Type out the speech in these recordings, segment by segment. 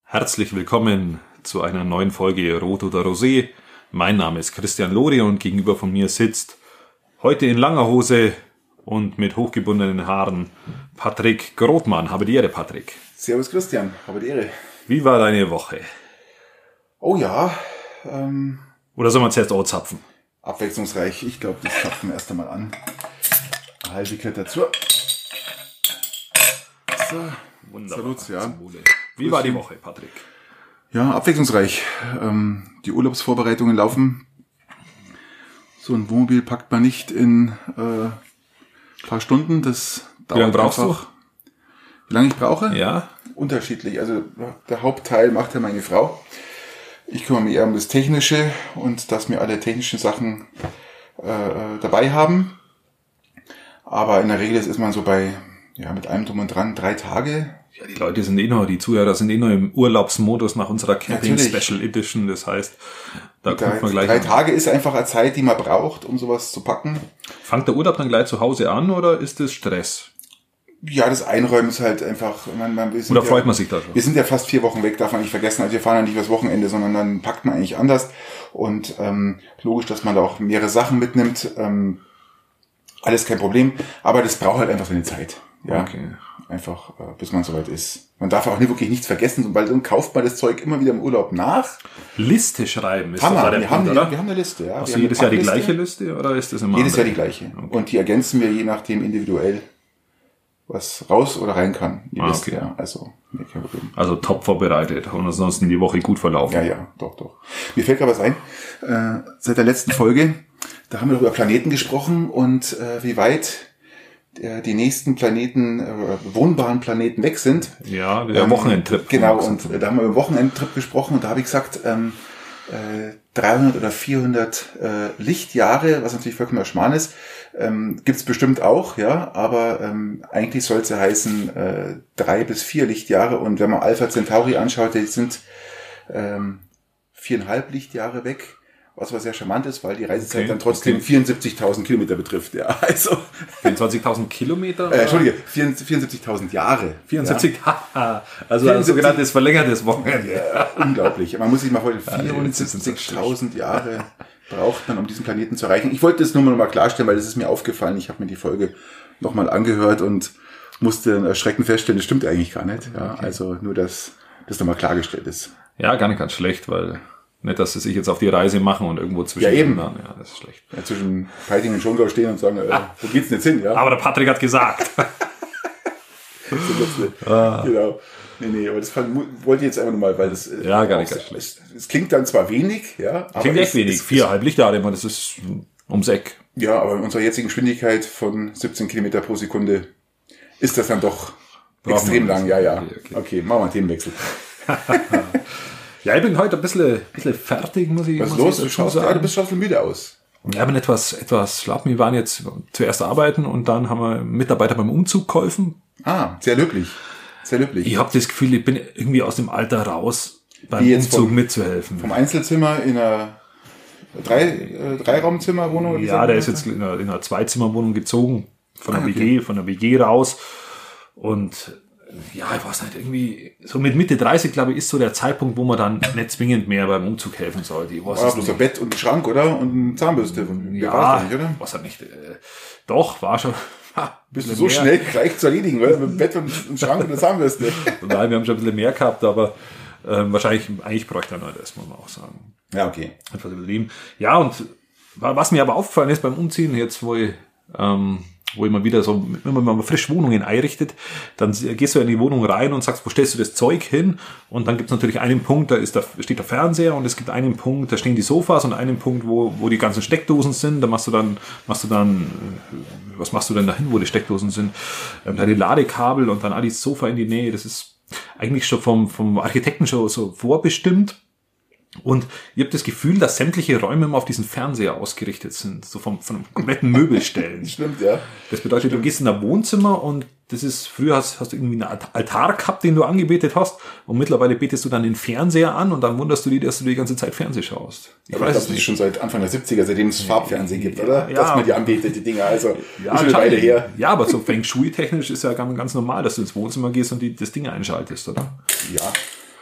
Herzlich willkommen zu einer neuen Folge Rot oder Rosé. Mein Name ist Christian Lori und gegenüber von mir sitzt heute in langer Hose und mit hochgebundenen Haaren Patrick Grothmann. Habe die Ehre, Patrick. Servus Christian, habe die Ehre. Wie war deine Woche? Oh ja. Oder sollen wir zuerst anzapfen? Abwechslungsreich. Ich glaube, das zapfen wir erst einmal an. Eine halbe Kette dazu. So. Wunderbar. Salut, ja. Wie war die Woche, Patrick? Ja, abwechslungsreich. Die Urlaubsvorbereitungen laufen. So ein Wohnmobil packt man nicht in ein paar Stunden. Das dauert. Wie lange brauchst du? Wie lange ich brauche? Ja. Unterschiedlich. Also der Hauptteil macht ja meine Frau. Ich kümmere mich eher um das Technische und dass wir alle technischen Sachen dabei haben. Aber in der Regel ist man so bei, ja, mit allem drum und dran 3 Tage. Ja, die Leute sind die Zuhörer sind noch im Urlaubsmodus nach unserer Camping Special Edition. Das heißt, da kommt man gleich 3 Tage ist einfach eine Zeit, die man braucht, um sowas zu packen. Fängt der Urlaub dann gleich zu Hause an oder ist das Stress? Ja, das Einräumen ist halt einfach... Oder freut man sich da schon? Wir sind ja fast 4 Wochen weg, darf man nicht vergessen. Also wir fahren ja nicht übers Wochenende, sondern dann packt man eigentlich anders. Und logisch, dass man da auch mehrere Sachen mitnimmt. Alles kein Problem. Aber das braucht halt einfach seine Zeit. Ja, okay. Einfach, bis man soweit ist. Man darf auch nicht wirklich nichts vergessen, weil dann kauft man das Zeug immer wieder im Urlaub nach. Liste schreiben ist wir haben eine Liste, ja. Hast du jedes Jahr die gleiche Liste oder ist das immer jedes Jahr die gleiche. Okay. Und die ergänzen wir je nachdem individuell, was raus oder rein kann. Die Liste, okay. Ja. Also, nee, kein Problem. Also top vorbereitet und ansonsten die Woche gut verlaufen. Ja, doch. Mir fällt gerade was ein. Seit der letzten Folge, da haben wir über Planeten gesprochen und wie weit die nächsten Planeten, wohnbaren Planeten weg sind. Ja, der Wochenendtrip. Genau, und da haben wir über Wochenendtrip gesprochen und da habe ich gesagt, 300 oder 400 Lichtjahre, was natürlich vollkommen Schmarrn ist, gibt's bestimmt auch, ja, aber eigentlich soll es ja heißen 3 bis 4 Lichtjahre und wenn man Alpha Centauri anschaut, die sind 4,5 Lichtjahre weg. Was sehr charmant ist, weil die Reisezeit dann trotzdem 74.000 Kilometer betrifft. Ja, also 24.000 Kilometer? Entschuldige, 74.000 Jahre. 74, ja. Also ein sogenanntes verlängertes Wochenende. Ja, unglaublich. Man muss sich mal vorstellen, 74.000 Jahre braucht man, um diesen Planeten zu erreichen. Ich wollte das nur mal klarstellen, weil das ist mir aufgefallen. Ich habe mir die Folge nochmal angehört und musste erschreckend feststellen, das stimmt eigentlich gar nicht. Ja, okay. Also nur, dass das nochmal klargestellt ist. Ja, gar nicht ganz schlecht, weil... Nicht, dass sie sich jetzt auf die Reise machen und irgendwo zwischen... Ja, eben. Dann, ja, das ist schlecht. Ja, zwischen Peiting und Schongau stehen und sagen, wo geht's denn jetzt hin? Ja? Aber der Patrick hat gesagt. Genau. Nee, aber das wollte ich jetzt einfach nur mal, weil das... Ja, gar nicht ganz schlecht. Es klingt dann zwar wenig, ja... Aber klingt echt wenig. 4,5 Lichtjahre, das ist ums Eck. Ja, aber in unserer jetzigen Geschwindigkeit von 17 Kilometer pro Sekunde ist das dann doch extrem lang. Ja. Okay, machen wir einen Themenwechsel. Ja, ich bin heute ein bisschen fertig, muss ich sagen. Was ist los? Du bist schon müde aus. Ja, ich bin etwas schlafen. Wir waren jetzt zuerst arbeiten und dann haben wir Mitarbeiter beim Umzug geholfen. Ah, sehr löblich. Sehr löblich. Ich habe das Gefühl, ich bin irgendwie aus dem Alter raus, beim Umzug mitzuhelfen. Vom Einzelzimmer in einer Dreiraumzimmerwohnung? Ja, der ist jetzt in einer 2-Zimmerwohnung gezogen, von der WG raus. Und ja, ich weiß nicht, irgendwie, so mit Mitte 30, glaube ich, ist so der Zeitpunkt, wo man dann nicht zwingend mehr beim Umzug helfen sollte. Ich weiß so ein Bett und ein Schrank, oder? Und eine Zahnbürste. Ja, nicht, oder? Was halt nicht. Doch, war schon. Bist du so schnell gleich zu erledigen, oder? Mit Bett und Schrank und eine Zahnbürste. Nein, wir haben schon ein bisschen mehr gehabt, aber eigentlich bräuchte er noch das, muss man auch sagen. Ja, okay. Etwas übertrieben. Ja, und was mir aber aufgefallen ist beim Umziehen, jetzt wo ich mal wieder so, wenn man mal frisch Wohnungen einrichtet, dann gehst du in die Wohnung rein und sagst, wo stellst du das Zeug hin? Und dann gibt es natürlich einen Punkt, steht der Fernseher und es gibt einen Punkt, da stehen die Sofas und einen Punkt, wo die ganzen Steckdosen sind. Da was machst du denn dahin, wo die Steckdosen sind? Da die Ladekabel und dann alles Sofa in die Nähe. Das ist eigentlich schon vom Architekten schon so vorbestimmt. Und ich habe das Gefühl, dass sämtliche Räume immer auf diesen Fernseher ausgerichtet sind, so vom kompletten Möbelstellen. Stimmt, ja. Das bedeutet, du gehst in ein Wohnzimmer und das ist, früher hast du irgendwie einen Altar gehabt, den du angebetet hast, und mittlerweile betest du dann den Fernseher an und dann wunderst du dich, dass du die ganze Zeit Fernsehen schaust. Ich weiß es nicht. Schon seit Anfang der 70er, seitdem es Farbfernsehen gibt, oder? Ja. Dass man die anbetet, die Dinger, also ja, ist eine Weile her. Ja, aber so Feng Shui technisch ist ja ganz normal, dass du ins Wohnzimmer gehst und das Ding einschaltest, oder? Ja.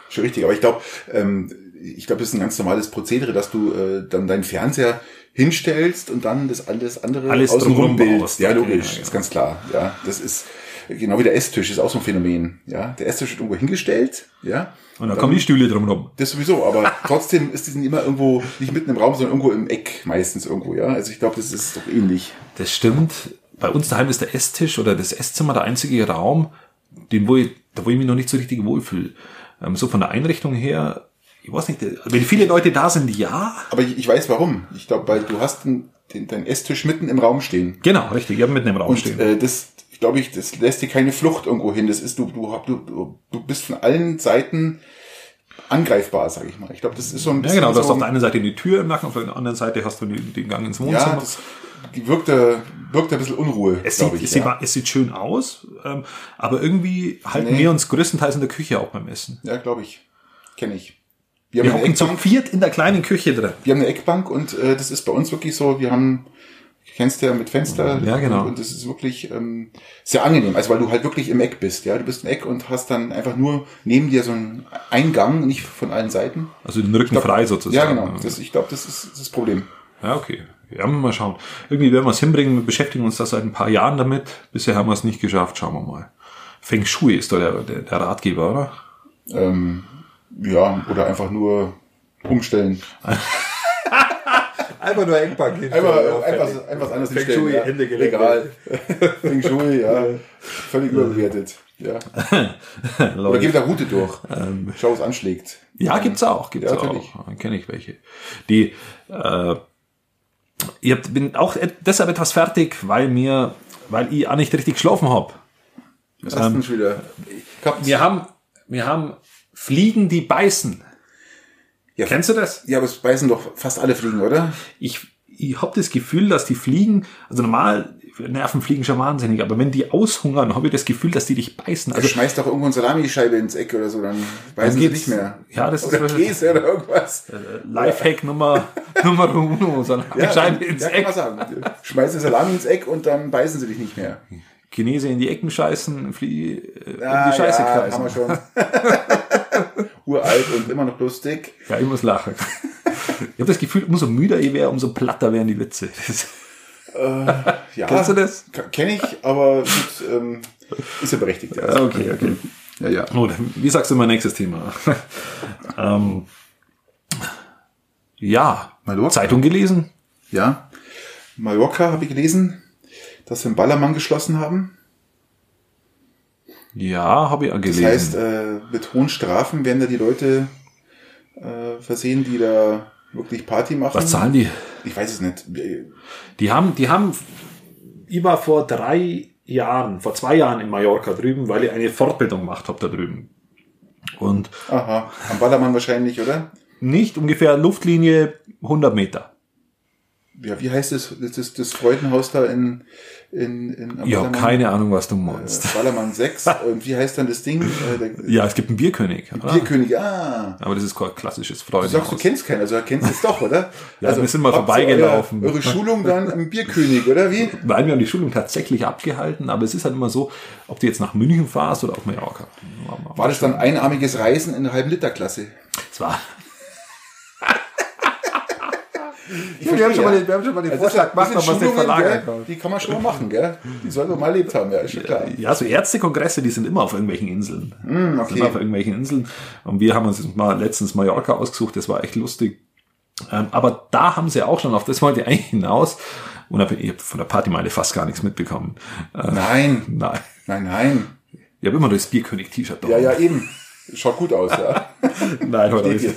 Schon richtig, aber ich glaube, das ist ein ganz normales Prozedere, dass du dann deinen Fernseher hinstellst und dann das alles andere außenrum bildest. Ja, logisch, ja. ist ganz klar. Ja, das ist genau wie der Esstisch, ist auch so ein Phänomen. Ja, der Esstisch wird irgendwo hingestellt, ja. Und dann kommen die Stühle drumherum. Das sowieso, aber trotzdem ist die immer irgendwo, nicht mitten im Raum, sondern irgendwo im Eck meistens irgendwo, ja. Also ich glaube, das ist doch ähnlich. Das stimmt. Bei uns daheim ist der Esstisch oder das Esszimmer der einzige Raum, wo ich mich noch nicht so richtig wohlfühle. So von der Einrichtung her, ich weiß nicht, wenn viele Leute da sind, ja. Aber ich weiß warum. Ich glaube, weil du hast deinen Esstisch mitten im Raum stehen. Genau, richtig, ich habe mitten im Raum stehen. Das glaube ich, das lässt dir keine Flucht irgendwo hin. Das ist, du bist von allen Seiten angreifbar, sage ich mal. Ich glaube, das ist so ein bisschen. Ja, genau, du hast so auf der einen Seite die Tür im Nacken, auf der anderen Seite hast du den Gang ins Wohnzimmer. Ja, das wirkt ein bisschen Unruhe. Es sieht schön aus, aber irgendwie halten wir uns größtenteils in der Küche auch beim Essen. Ja, glaube ich. Kenne ich. Wir hocken zu viert in der kleinen Küche drin. Wir haben eine Eckbank und das ist bei uns wirklich so, kennst du ja mit Fenster. Ja, genau. Und das ist wirklich sehr angenehm. Also weil du halt wirklich im Eck bist. Ja, du bist im Eck und hast dann einfach nur neben dir so einen Eingang, nicht von allen Seiten. Also den Rücken frei sozusagen. Ja, genau. Ich glaube, das ist das Problem. Ja, okay. Ja, mal schauen. Irgendwie werden wir es hinbringen. Wir beschäftigen uns da seit ein paar Jahren damit. Bisher haben wir es nicht geschafft. Schauen wir mal. Feng Shui ist doch der Ratgeber, oder? Ja, oder einfach nur umstellen. Einfach nur Eckbank hin. Einfach was anderes hinstellen. Feng Shui, Hände gelegt. Egal. Feng Shui, ja. Völlig überbewertet. Ja. Oder geh mit der Route durch. Schau, was anschlägt. Ja, gibt's auch. Natürlich. Kenne ich welche. Ich bin auch deshalb etwas fertig, weil ich auch nicht richtig geschlafen habe. Was hast du denn schon wieder? Wir haben Fliegen, die beißen. Ja, kennst du das? Ja, aber es beißen doch fast alle Fliegen, oder? Ich habe das Gefühl, dass die Fliegen, also normal nerven Fliegen schon wahnsinnig, aber wenn die aushungern, habe ich das Gefühl, dass die dich beißen. Also schmeißt doch irgendwo eine Salamischeibe ins Eck oder so, dann beißen sie nicht mehr. Ja, das oder ist Käse oder irgendwas. Lifehack Nummer uno, Salamischeibe ins Eck. Kann man sagen. Schmeiß eine Salami ins Eck und dann beißen sie dich nicht mehr. Chinese in die Ecken scheißen, Fliege in die Scheiße kreisen. Haben wir schon. Uralt und immer noch lustig. Ja, ich muss lachen. Ich habe das Gefühl, umso müder ich wäre, umso platter wären die Witze. Ja, kennst du das? Kenne ich, aber gut, ist ja berechtigt. Ja. Okay. Ja. Oh, wie sagst du mein nächstes Thema? Mallorca. Zeitung gelesen? Ja, Mallorca habe ich gelesen, dass sie einen Ballermann geschlossen haben. Ja, habe ich auch gelesen. Das heißt, mit hohen Strafen werden da die Leute versehen, die da wirklich Party machen. Was zahlen die? Ich weiß es nicht. Die haben, ich war vor 2 Jahren in Mallorca drüben, weil ich eine Fortbildung gemacht habe da drüben. Und aha, am Ballermann wahrscheinlich, oder? Nicht, ungefähr Luftlinie 100 Meter. Ja, wie heißt es? Das Freudenhaus da in ja, keine Ahnung, was du meinst. Ballermann 6. Und wie heißt dann das Ding? Ja, es gibt einen Bierkönig. Bierkönig, Aber das ist kein klassisches Freudenhaus. Du sagst, du kennst keinen, also du kennst es doch, oder? Ja, also, wir sind mal vorbeigelaufen. Eure Schulung dann am Bierkönig, oder wie? Nein, wir haben die Schulung tatsächlich abgehalten, aber es ist halt immer so, ob du jetzt nach München fahrst oder auf Mallorca. War das dann einarmiges Reisen in der halben Liter Klasse? Es war... Wir haben schon mal den Vorschlag gemacht, ob man es nicht verlagern kann. Die kann man schon mal machen, gell? Die sollen doch mal erlebt haben, ja, ist schon klar. Ja, so Ärztekongresse, die sind immer auf irgendwelchen Inseln. Okay. Sind auf irgendwelchen Inseln. Und wir haben uns letztens Mallorca ausgesucht, das war echt lustig. Aber da haben sie auch schon, auf das wollte ich eigentlich hinaus. Und ich habe von der Partymeile fast gar nichts mitbekommen. Nein. Ich habe immer nur das Bierkönig-T-Shirt da. Ja, eben. Schaut gut aus, ja. Nein, heute nicht.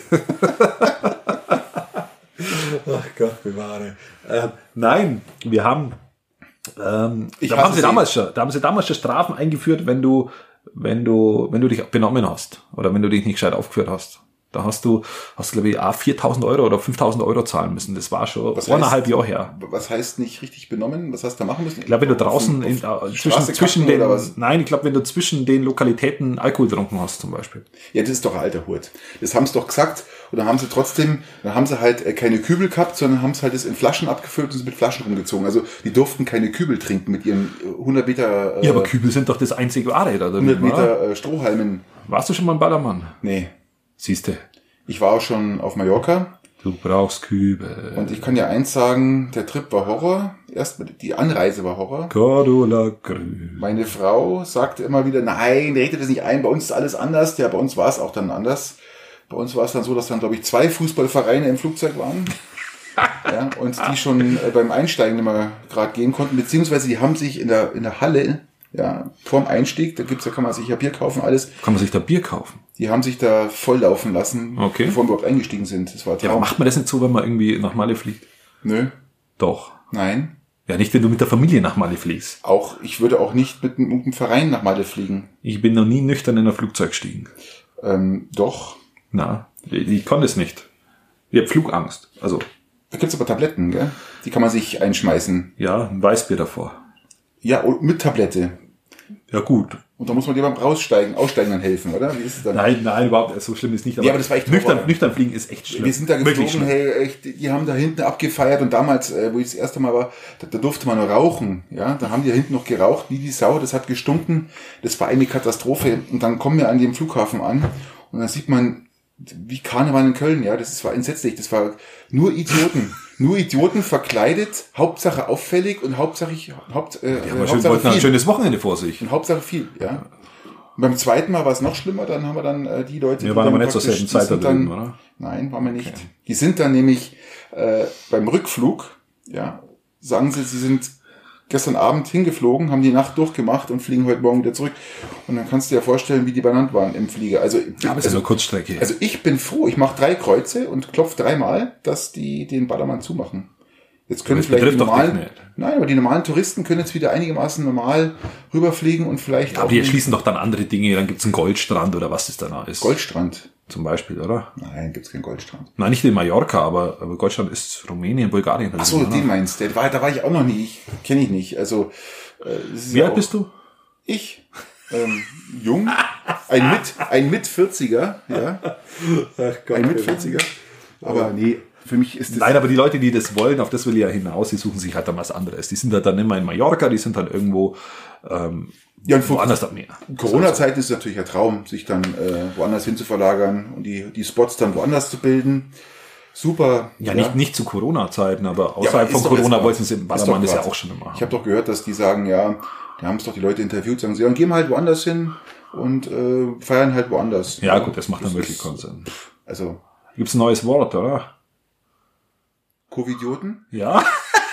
Ach Gott, bewahre. Nein, wir haben, da haben sie damals schon Strafen eingeführt, wenn du dich benommen hast oder wenn du dich nicht gescheit aufgeführt hast. Da hast du glaube ich, 4.000 Euro oder 5.000 Euro zahlen müssen. Das war schon 1,5 Jahre her. Was heißt nicht richtig benommen? Was hast du da machen müssen? Ich glaube, wenn du draußen zwischen den Lokalitäten Alkohol getrunken hast, zum Beispiel. Ja, das ist doch ein alter Hut. Das haben sie doch gesagt. Und dann haben sie halt keine Kübel gehabt, sondern haben es halt in Flaschen abgefüllt und sind mit Flaschen rumgezogen. Also die durften keine Kübel trinken mit ihren 100 Meter... ja, aber Kübel sind doch das einzige Wahre da. 100 Meter Strohhalmen. Warst du schon mal im Ballermann? Nee. Siehste, Ich war auch schon auf Mallorca. du brauchst Kübel. Und ich kann dir eins sagen, der Trip war Horror. Erst die Anreise war Horror. Cordula Grün. Meine Frau sagte immer wieder, nein, redet das nicht ein, bei uns ist alles anders. Ja, bei uns war es auch dann anders. Bei uns war es dann so, dass dann, glaube ich, 2 Fußballvereine im Flugzeug waren. Ja, und die schon beim Einsteigen immer gerade gehen konnten, beziehungsweise die haben sich in der Halle, ja, vorm Einstieg, da kann man sich ja Bier kaufen, alles. Kann man sich da Bier kaufen? Die haben sich da volllaufen lassen, Okay. bevor wir überhaupt eingestiegen sind. Das war Ja, aber macht man das nicht so, wenn man irgendwie nach Malle fliegt? Nö, Doch. nein. Ja, nicht, wenn du mit der Familie nach Malle fliegst. Ich würde auch nicht mit einem Verein nach Malle fliegen. Ich bin noch nie nüchtern in ein Flugzeug gestiegen. Doch. Na, ich konnte es nicht. Ich habe Flugangst. Also, Da gibt's aber Tabletten, gell? Die kann man sich einschmeißen. ja, ein Weißbier davor. Ja, mit Tablette. Ja, gut. Und da muss man dir beim Aussteigen dann helfen, oder? Wie ist es dann? Nein, überhaupt, so schlimm ist nicht. Ja, aber das war echt Horror. nüchtern fliegen ist echt schlimm. Wir sind da Wirklich geflogen, schlimm. hey, echt, die haben da hinten abgefeiert und damals, wo ich das erste Mal war, da durfte man nur rauchen, ja, da haben die da hinten noch geraucht, wie die Sau, das hat gestunken, das war eine Katastrophe und dann kommen wir an dem Flughafen an und dann sieht man, wie Karneval in Köln, ja, das war entsetzlich, das war nur Idioten verkleidet, Hauptsache auffällig und Hauptsache wollten ein schönes Wochenende vor sich. und Hauptsache viel, ja. Und beim zweiten Mal war es noch schlimmer, dann haben wir dann die Leute... Wir waren aber nicht zur selben Zeit da dann, drüben, oder? Nein, waren wir nicht. Die sind dann nämlich beim Rückflug, ja, sagen sie sind gestern Abend hingeflogen, haben die Nacht durchgemacht und fliegen heute Morgen wieder zurück. Und dann kannst du dir vorstellen, wie die benannt waren im Flieger. Also, Aber es ist nur Kurzstrecke. also ich bin froh, ich mache 3 Kreuze und klopfe 3-mal, dass die den Ballermann zumachen. Jetzt können Das vielleicht die betrifft doch dich normalen, nicht. nein, aber die normalen Touristen können jetzt wieder einigermaßen normal rüberfliegen und vielleicht aber die erschließen doch dann andere Dinge. Dann gibt's einen Goldstrand oder was das da ist. Goldstrand. Zum Beispiel, oder? Nein, gibt's keinen Goldstrand. Nein, nicht in Mallorca, aber Goldstrand ist Rumänien, Bulgarien. Ach so, den meinst du. Da war ich auch noch nie. Kenne ich nicht. Also, das ist Wie ja alt auch- bist du? Ich. Jung. Ein Mit-40er. Ja. Ein Mit-40er. Aber nee, für mich ist das... Nein, aber die Leute, die das wollen, auf das will ich ja hinaus, die suchen sich halt dann was anderes. Die sind halt dann immer in Mallorca, die sind dann irgendwo Ja, und woanders am Meer. Corona-Zeiten ist natürlich ein Traum, sich dann woanders hin zu verlagern und die Spots dann woanders zu bilden. Super. Ja, nicht zu Corona-Zeiten, aber Ja, außerhalb aber ist von doch Corona jetzt wollten sie im grad. Ballermann Ist das doch ja grad. auch schon immer Ich habe doch gehört, dass die sagen, ja, die haben es doch die Leute interviewt, sagen sie, ja, gehen wir halt woanders hin und feiern halt woanders. Ja, gut, das macht dann Das wirklich ist- keinen Sinn. Also, Gibt's ein neues Wort, oder? Covidioten? Ja.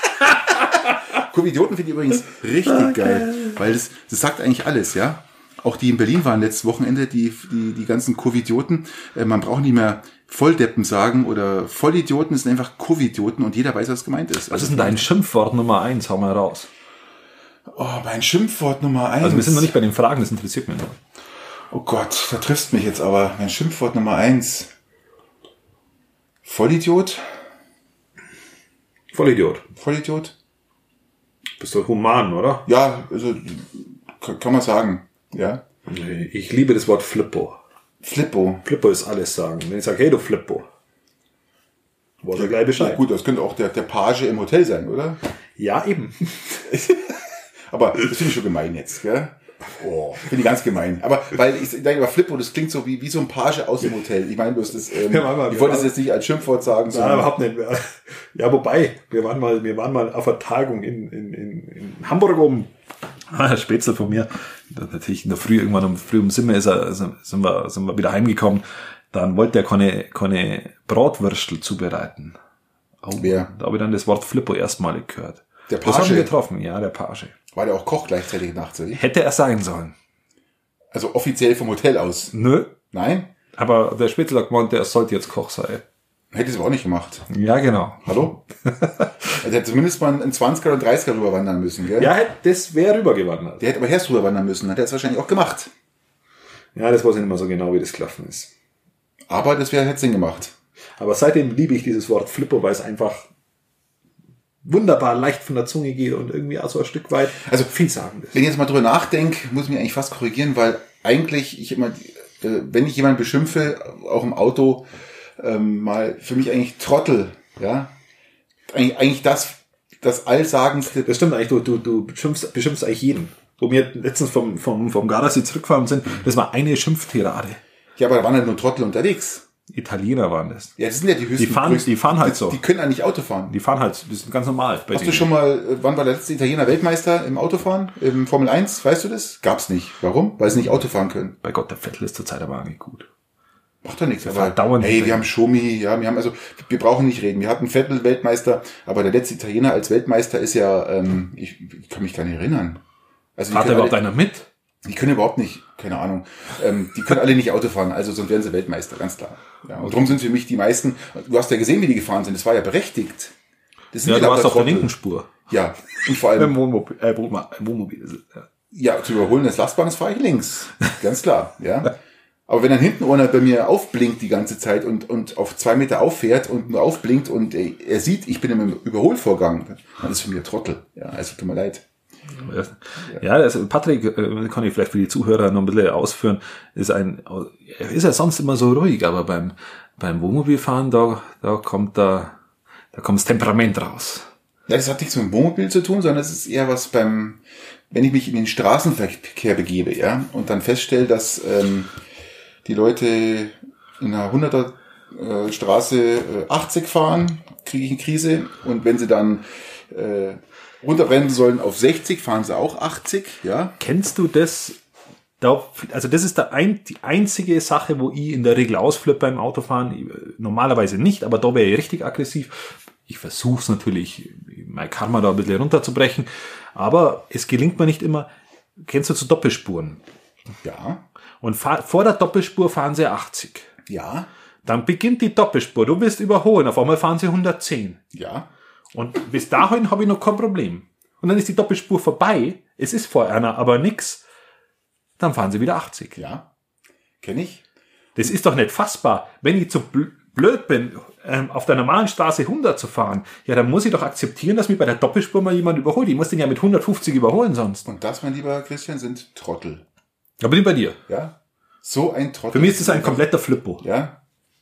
Covidioten finde ich übrigens richtig geil, weil das sagt eigentlich alles, ja. Auch die in Berlin waren letztes Wochenende, die ganzen Covidioten. Man braucht nicht mehr Volldeppen sagen oder Vollidioten, es sind einfach Covidioten und jeder weiß, was gemeint ist. Was ist denn dein Schimpfwort Nummer 1? Hau mal raus. Oh, mein Schimpfwort Nummer 1. Also wir sind noch nicht bei den Fragen, das interessiert mich nur. Oh Gott, da triffst mich jetzt aber. Mein Schimpfwort Nummer 1. Vollidiot? Vollidiot. Vollidiot? Bist du human, oder? Ja, also kann man sagen. Ja. Ich liebe das Wort Flippo. Flippo. Flippo ist alles sagen. Wenn ich sage, hey du Flippo, weiß er gleich Ja, Bescheid. gut, das könnte auch der Page im Hotel sein, oder? Ja, eben. Aber das finde ich schon gemein jetzt, gell? Oh, finde ich ganz gemein. Aber weil ich denke, aber Flippo, das klingt so wie so ein Page aus dem Hotel. Ich meine, du hast das, ich wollte das jetzt nicht als Schimpfwort sagen, Nein, sondern überhaupt nicht. Ja, wobei, wir waren mal auf einer Tagung in Hamburg oben. Herr Spätzle von mir, natürlich in der Früh, irgendwann früh um 7 sind wir wieder heimgekommen. Dann wollte er keine Bratwürstel zubereiten. Oh, Wer? Da habe ich dann das Wort Flippo erstmalig gehört. Der Das haben Page? wir getroffen, ja, der Page. war der auch Koch gleichzeitig nachts, oder? Hätte er sein sollen. Also offiziell vom Hotel aus. Nö. Nein? Aber der Spätzle hat gemeint, der sollte jetzt Koch sein. Hätte es aber auch nicht gemacht. Ja, genau. Hallo? Also hätte zumindest mal einen 20er oder 30er rüberwandern müssen, gell? Ja, das wäre rübergewandert. Der hätte aber erst rüberwandern müssen. Hat er es wahrscheinlich auch gemacht. Ja, das weiß ich nicht mehr so genau, wie das gelaufen ist. Aber das hätte Sinn gemacht. Aber seitdem liebe ich dieses Wort Flippo, weil es einfach wunderbar leicht von der Zunge geht und irgendwie auch so ein Stück weit Also vielsagend ist. Wenn ich jetzt mal drüber nachdenke, muss ich mich eigentlich fast korrigieren, weil eigentlich wenn ich jemanden beschimpfe, auch im Auto, mal für mich eigentlich Trottel, ja, eigentlich das Allsagendste. Das stimmt eigentlich, du beschimpfst eigentlich jeden. Wo wir letztens vom Gardasee zurückgefahren sind, das war eine Schimpftirade. Ja, aber da waren halt nur Trottel unterwegs. Italiener waren das. Ja, das sind ja die höchsten. Die fahren halt so. Die können eigentlich Auto fahren. Die fahren halt, das ist ganz normal. Hast du schon mal, wann war der letzte Italiener Weltmeister im Autofahren? Im Formel 1, weißt du das? Gab's nicht. Warum? Weil sie nicht Auto fahren können. Bei Gott, der Vettel ist zurzeit aber auch nicht gut. Macht doch nichts. Aber dauernd hey, wir haben Schumi, ja, wir brauchen nicht reden. Wir hatten Vettel Weltmeister, aber der letzte Italiener als Weltmeister ist ja, ich kann mich gar nicht erinnern. Also fahrt da überhaupt einer mit? Die können überhaupt nicht, keine Ahnung. Die können alle nicht Auto fahren, also sonst wären sie Weltmeister, ganz klar. Ja, und darum sind für mich die meisten, du hast ja gesehen, wie die gefahren sind, das war ja berechtigt. Das sind ja, du warst auf der linken Spur. Ja, und vor allem... Wohnmobil ist es, ja. Ja, zu überholen das Lastbahn, das fahre ich links. Ganz klar, ja. Aber wenn dann hinten einer bei mir aufblinkt die ganze Zeit und auf 2 Meter auffährt und nur aufblinkt und er sieht, ich bin im Überholvorgang, dann ist für mich ein Trottel. Ja, also tut mir leid. Ja, also Patrick, kann ich vielleicht für die Zuhörer noch ein bisschen ausführen, er ist ja sonst immer so ruhig, aber beim Wohnmobilfahren, da kommt das Temperament raus. Ja, das hat nichts mit dem Wohnmobil zu tun, sondern es ist eher was wenn ich mich in den Straßenverkehr begebe, ja, und dann feststelle, dass die Leute in einer 100er Straße 80 fahren, kriege ich eine Krise, und wenn sie dann runterbremsen sollen auf 60, fahren sie auch 80, ja. Kennst du das? Also das ist die einzige Sache, wo ich in der Regel ausflippe beim Autofahren. Normalerweise nicht, aber da wäre ich richtig aggressiv. Ich versuche es natürlich, mein Karma da ein bisschen runterzubrechen, aber es gelingt mir nicht immer. Kennst du zu Doppelspuren? Ja. Und vor der Doppelspur fahren sie 80. Ja. Dann beginnt die Doppelspur, du willst überholen, auf einmal fahren sie 110. Ja. Und bis dahin habe ich noch kein Problem. Und dann ist die Doppelspur vorbei, es ist vor einer aber nix, dann fahren sie wieder 80. Ja, kenne ich. Das ist doch nicht fassbar. Wenn ich zu blöd bin, auf der normalen Straße 100 zu fahren, ja, dann muss ich doch akzeptieren, dass mich bei der Doppelspur mal jemand überholt. Ich muss den ja mit 150 überholen sonst. Und das, mein lieber Christian, sind Trottel. Da bin ich bei dir. Ja, so ein Trottel. Für mich ist das ein kompletter Flippo. Ja,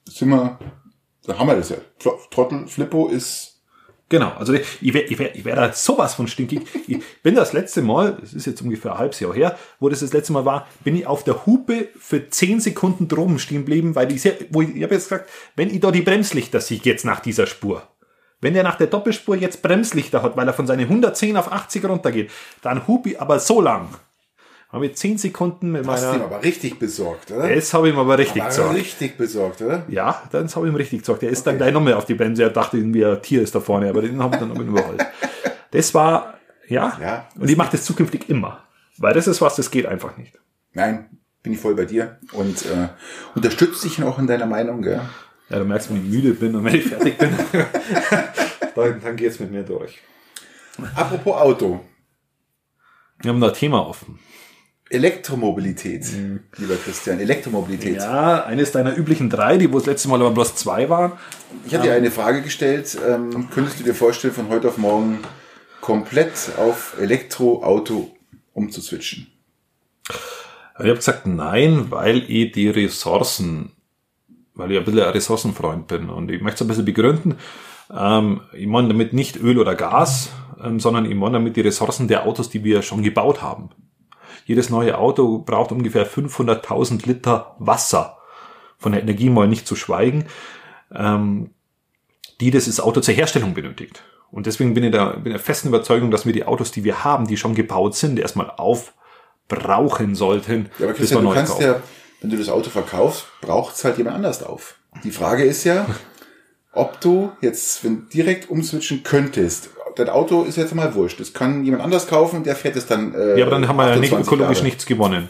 da haben wir das ja. Trottel, Flippo ist... Genau, also ich wär da sowas von stinkig. Ich bin das letzte Mal, das ist jetzt ungefähr ein halbes Jahr her, wo das letzte Mal war, bin ich auf der Hupe für 10 Sekunden droben stehen geblieben, weil ich habe jetzt gesagt, wenn ich da die Bremslichter sehe jetzt nach dieser Spur, wenn der nach der Doppelspur jetzt Bremslichter hat, weil er von seinen 110 auf 80 runtergeht, dann hupe ich aber so lang. Habe ich 10 Sekunden mit meiner... Hast du ihn aber richtig besorgt, oder? Das habe ich ihm aber richtig besorgt. Richtig besorgt, oder? Ja, das habe ich ihm richtig besorgt. Der ist dann gleich nochmal auf die Bremse. Er dachte irgendwie, ein Tier ist da vorne, aber den habe ich dann nochmal überholt. Das war, ja. Und ich mache das zukünftig immer. Weil das ist was, das geht einfach nicht. Nein, bin ich voll bei dir. Und unterstütze dich noch in deiner Meinung, gell? Ja, du merkst, wenn ich müde bin und wenn ich fertig bin, dann geht's mit mir durch. Apropos Auto. Wir haben da ein Thema offen. Elektromobilität, lieber Christian, Elektromobilität. Ja, eines deiner üblichen 3, die wo das letzte Mal aber bloß 2 waren. Ich hatte dir eine Frage gestellt, könntest du dir vorstellen, von heute auf morgen komplett auf Elektroauto umzuswitchen? Ich habe gesagt nein, weil ich ein bisschen ein Ressourcenfreund bin. Und ich möchte es ein bisschen begründen. Ich meine damit nicht Öl oder Gas, sondern ich meine damit die Ressourcen der Autos, die wir schon gebaut haben. Jedes neue Auto braucht ungefähr 500.000 Liter Wasser, von der Energie mal nicht zu schweigen, die das Auto zur Herstellung benötigt. Und deswegen bin ich der festen Überzeugung, dass wir die Autos, die wir haben, die schon gebaut sind, erstmal aufbrauchen sollten. Ja, aber Christian, du kannst ja, wenn du das Auto verkaufst, braucht es halt jemand anders auf. Die Frage ist ja, ob du jetzt direkt umswitchen könntest. Das Auto ist jetzt mal wurscht. Das kann jemand anders kaufen und der fährt es dann. Ja, aber dann haben wir ja nicht ökologisch nichts gewonnen.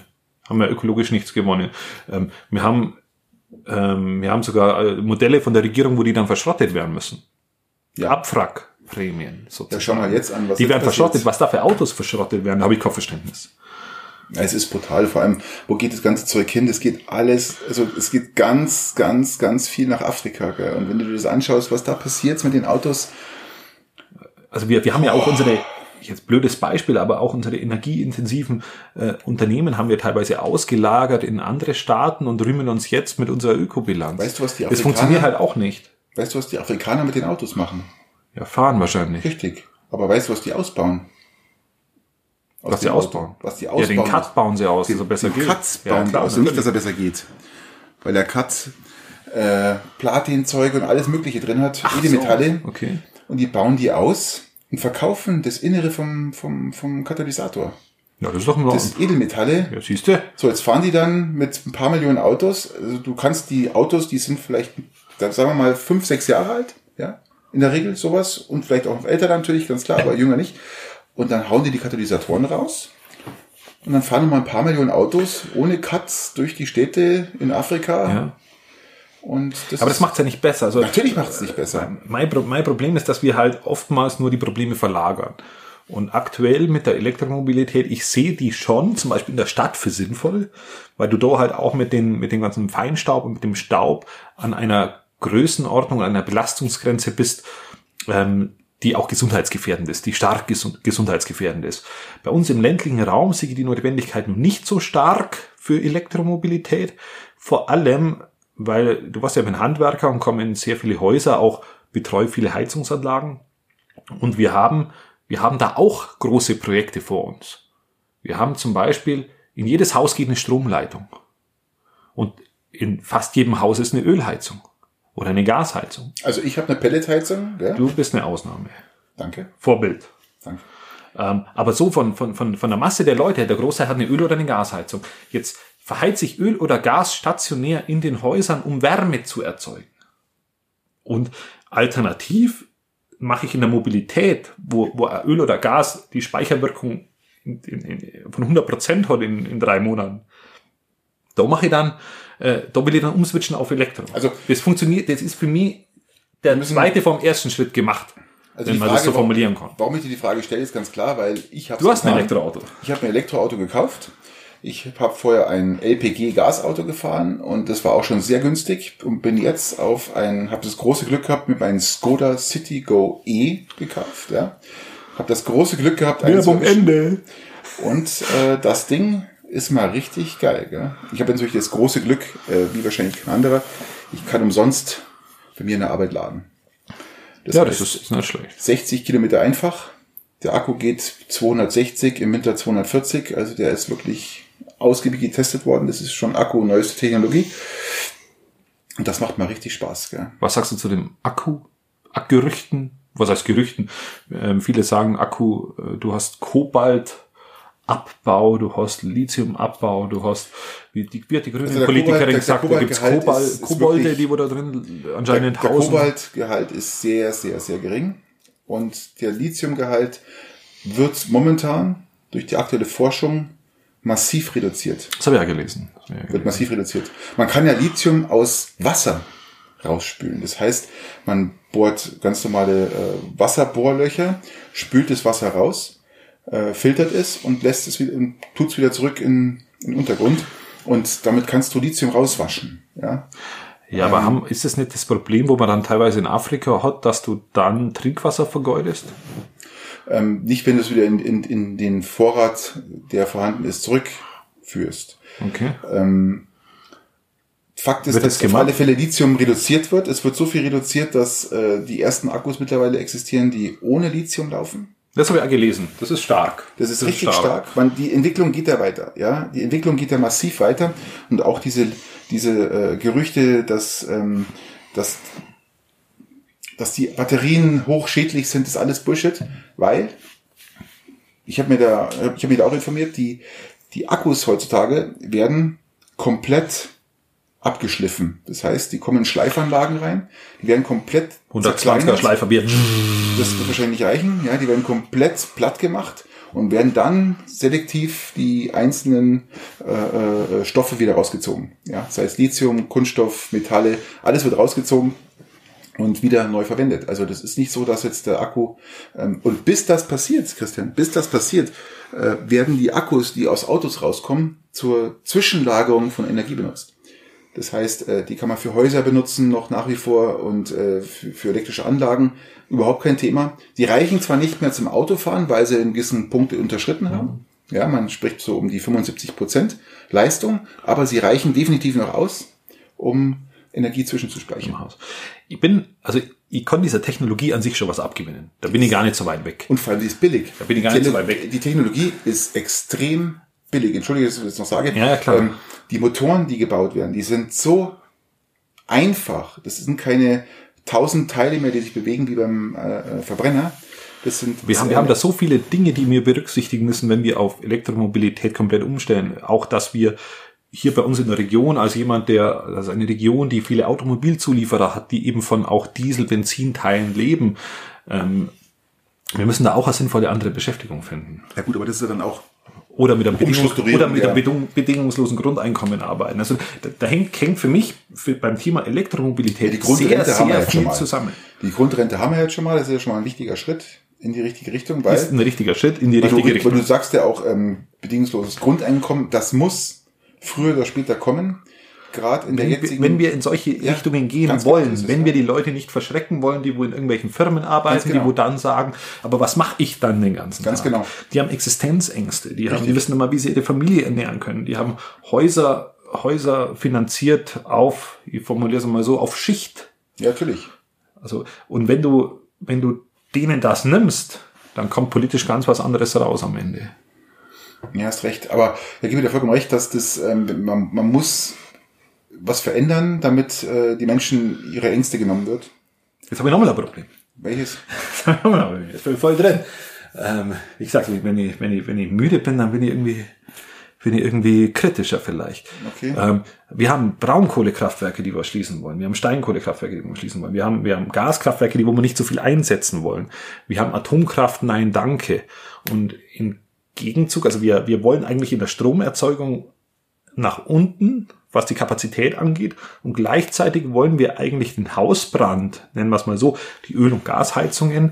Wir haben sogar Modelle von der Regierung, wo die dann verschrottet werden müssen. Ja. Abwrackprämien sozusagen. Ja, schau mal jetzt an, was die werden verschrottet. Was da für Autos verschrottet werden, da habe ich kein Verständnis. Ja, es ist brutal. Vor allem, wo geht das ganze Zeug hin? Das geht alles, also es geht ganz, ganz, ganz viel nach Afrika. Gell? Und wenn du dir das anschaust, was da passiert mit den Autos. Also wir haben ja auch unsere, jetzt blödes Beispiel, aber auch unsere energieintensiven Unternehmen haben wir teilweise ausgelagert in andere Staaten und rühmen uns jetzt mit unserer Ökobilanz. Weißt du, was die Afrikaner... Das funktioniert halt auch nicht. Weißt du, was die Afrikaner mit den Autos machen? Ja, fahren wahrscheinlich. Richtig. Aber weißt du, was die ausbauen? Was die ausbauen? Was die ausbauen? Ja, den Cut bauen sie aus, dass er besser geht. Cuts bauen die aus, nicht, dass er besser geht. weil der Cut Platinzeug und alles Mögliche drin hat, Edelmetalle. So. Okay. Und die bauen die aus und verkaufen das Innere vom Katalysator. Ja, das ist doch das Edelmetalle. Ja, siehst du. So, jetzt fahren die dann mit ein paar Millionen Autos. Also du kannst die Autos, die sind vielleicht, sagen wir mal, 5, 6 Jahre alt, ja, in der Regel sowas. Und vielleicht auch noch älter natürlich, ganz klar, aber jünger nicht. Und dann hauen die Katalysatoren raus. Und dann fahren nochmal ein paar Millionen Autos ohne Cuts durch die Städte in Afrika. Ja. Und aber das macht's ja nicht besser. Also, natürlich macht's nicht besser. Mein Problem ist, dass wir halt oftmals nur die Probleme verlagern. Und aktuell mit der Elektromobilität, ich sehe die schon, zum Beispiel in der Stadt, für sinnvoll, weil du da halt auch mit dem ganzen Feinstaub und mit dem Staub an einer Größenordnung, an einer Belastungsgrenze bist, die auch gesundheitsgefährdend ist, die stark gesundheitsgefährdend ist. Bei uns im ländlichen Raum sehe ich die Notwendigkeit noch nicht so stark für Elektromobilität, vor allem, weil du warst ja ein Handwerker und kommst in sehr viele Häuser, auch betreue viele Heizungsanlagen und wir haben da auch große Projekte vor uns. Wir haben zum Beispiel, in jedes Haus geht eine Stromleitung. Und in fast jedem Haus ist eine Ölheizung. Oder eine Gasheizung. Also ich habe eine Pelletheizung. Ja? Du bist eine Ausnahme. Danke. Vorbild. Danke. Aber so von der Masse der Leute, der Großteil hat eine Öl- oder eine Gasheizung. Jetzt verheizt sich Öl oder Gas stationär in den Häusern, um Wärme zu erzeugen. Und alternativ mache ich in der Mobilität, wo Öl oder Gas die Speicherwirkung von 100% hat in 3 Monaten. Da mache ich dann, da will ich dann umswitchen auf Elektro. Also das funktioniert, das ist für mich der zweite vom ersten Schritt gemacht, also wenn man das so formulieren kann. Warum ich dir die Frage stelle, ist ganz klar, weil ich habe. Du hast ein Elektroauto. Ich habe ein Elektroauto gekauft. Ich habe vorher ein LPG-Gasauto gefahren und das war auch schon sehr günstig und bin jetzt habe das große Glück gehabt, mit meinem Skoda Citigo E gekauft. Ja, habe das große Glück gehabt, Werbung Ende. Und das Ding ist mal richtig geil. Gell? Ich habe natürlich das große Glück, wie wahrscheinlich kein anderer, ich kann umsonst bei mir in der Arbeit laden. Das ist nicht schlecht. 60 Kilometer einfach. Der Akku geht 260, im Winter 240. Also der ist wirklich ausgiebig getestet worden. Das ist schon Akku, neueste Technologie. Und das macht mal richtig Spaß. Gell? Was sagst du zu dem Gerüchten? Was heißt Gerüchten? Viele sagen Akku, du hast Kobaltabbau, du hast Lithiumabbau, du hast, wie die grüne Politikerin gesagt, da gibt's Kobolde, die wo da drin anscheinend hausen. Der Kobaltgehalt ist sehr, sehr, sehr gering. Und der Lithiumgehalt wird momentan durch die aktuelle Forschung massiv reduziert. Das habe ich ja gelesen. Wird massiv reduziert. Man kann ja Lithium aus Wasser rausspülen. Das heißt, man bohrt ganz normale Wasserbohrlöcher, spült das Wasser raus, filtert es und lässt es wieder, tut es wieder zurück in den Untergrund. Und damit kannst du Lithium rauswaschen. Ja, ja, aber ist das nicht das Problem, wo man dann teilweise in Afrika hat, dass du dann Trinkwasser vergeudest? Nicht, wenn du es wieder in den Vorrat, der vorhanden ist, zurückführst. Okay. Fakt ist, dass auf alle Fälle Lithium reduziert wird. Es wird so viel reduziert, dass die ersten Akkus mittlerweile existieren, die ohne Lithium laufen. Das habe ich auch gelesen. Das ist stark. Das ist richtig stark. Die Entwicklung geht ja weiter. Ja, die Entwicklung geht ja massiv weiter. Und auch diese Gerüchte, dass die Batterien hochschädlich sind, ist alles Bullshit, weil ich habe mich da auch informiert, die Akkus heutzutage werden komplett abgeschliffen. Das heißt, die kommen in Schleifanlagen rein, die werden komplett 120er Schleifer. Das wird wahrscheinlich nicht reichen, ja, die werden komplett platt gemacht und werden dann selektiv die einzelnen Stoffe wieder rausgezogen. Ja, das heißt Lithium, Kunststoff, Metalle, alles wird rausgezogen und wieder neu verwendet. Also das ist nicht so, dass jetzt der Akku und bis das passiert, Christian, werden die Akkus, die aus Autos rauskommen, zur Zwischenlagerung von Energie benutzt. Das heißt, die kann man für Häuser benutzen, noch nach wie vor, und für elektrische Anlagen überhaupt kein Thema. Die reichen zwar nicht mehr zum Autofahren, weil sie einen gewissen Punkt unterschritten haben. Ja, man spricht so um die 75% Leistung, aber sie reichen definitiv noch aus, um Energie zwischenzuspeichern. Ich kann dieser Technologie an sich schon was abgewinnen. Da bin ich gar nicht so weit weg. Und vor allem, sie ist billig. Da bin ich gar nicht so weit weg. Die Technologie ist extrem billig. Entschuldige, dass ich das noch sage. Ja, klar. Die Motoren, die gebaut werden, die sind so einfach. Das sind keine 1000 Teile mehr, die sich bewegen wie beim Verbrenner. Wir haben da so viele Dinge, die wir berücksichtigen müssen, wenn wir auf Elektromobilität komplett umstellen. Auch, dass wir hier bei uns in der Region, als eine Region, die viele Automobilzulieferer hat, die eben von auch Diesel-Benzinteilen leben, wir müssen da auch eine sinnvolle andere Beschäftigung finden. Ja gut, aber das ist ja dann auch oder mit einem bedingungslosen Grundeinkommen arbeiten. Also da hängt für mich beim Thema Elektromobilität die Grundrente sehr viel zusammen. Die Grundrente haben wir jetzt schon mal, das ist ja schon mal ein wichtiger Schritt in die richtige Richtung. Weil ist ein richtiger Schritt in die richtige Richtung. Weil du sagst ja auch, bedingungsloses Grundeinkommen, das muss früher oder später kommen. Gerade in der jetzigen... Wenn wir in solche Richtungen gehen wollen, wenn wir die Leute nicht verschrecken wollen, die wo in irgendwelchen Firmen arbeiten, die wo dann sagen, aber was mache ich dann den ganzen Tag? Ganz genau. Die haben Existenzängste, die wissen immer, wie sie ihre Familie ernähren können, die haben Häuser finanziert ich formuliere es mal so, auf Schicht. Ja, natürlich. Also, und wenn du denen das nimmst, dann kommt politisch ganz was anderes raus am Ende. Ja, hast recht. Aber da gebe ich dir vollkommen recht, dass das, man muss was verändern, damit die Menschen ihre Ängste genommen wird. Jetzt habe ich nochmal ein Problem. Welches? Jetzt bin ich voll drin. Wie gesagt, wenn ich müde bin, dann bin ich irgendwie kritischer vielleicht. Okay. Wir haben Braunkohlekraftwerke, die wir schließen wollen. Wir haben Steinkohlekraftwerke, die wir schließen wollen. Wir haben Gaskraftwerke, wo wir nicht so viel einsetzen wollen. Wir haben Atomkraft, nein, danke. Und im Gegenzug, also wir wollen eigentlich in der Stromerzeugung nach unten, was die Kapazität angeht. Und gleichzeitig wollen wir eigentlich den Hausbrand, nennen wir es mal so, die Öl- und Gasheizungen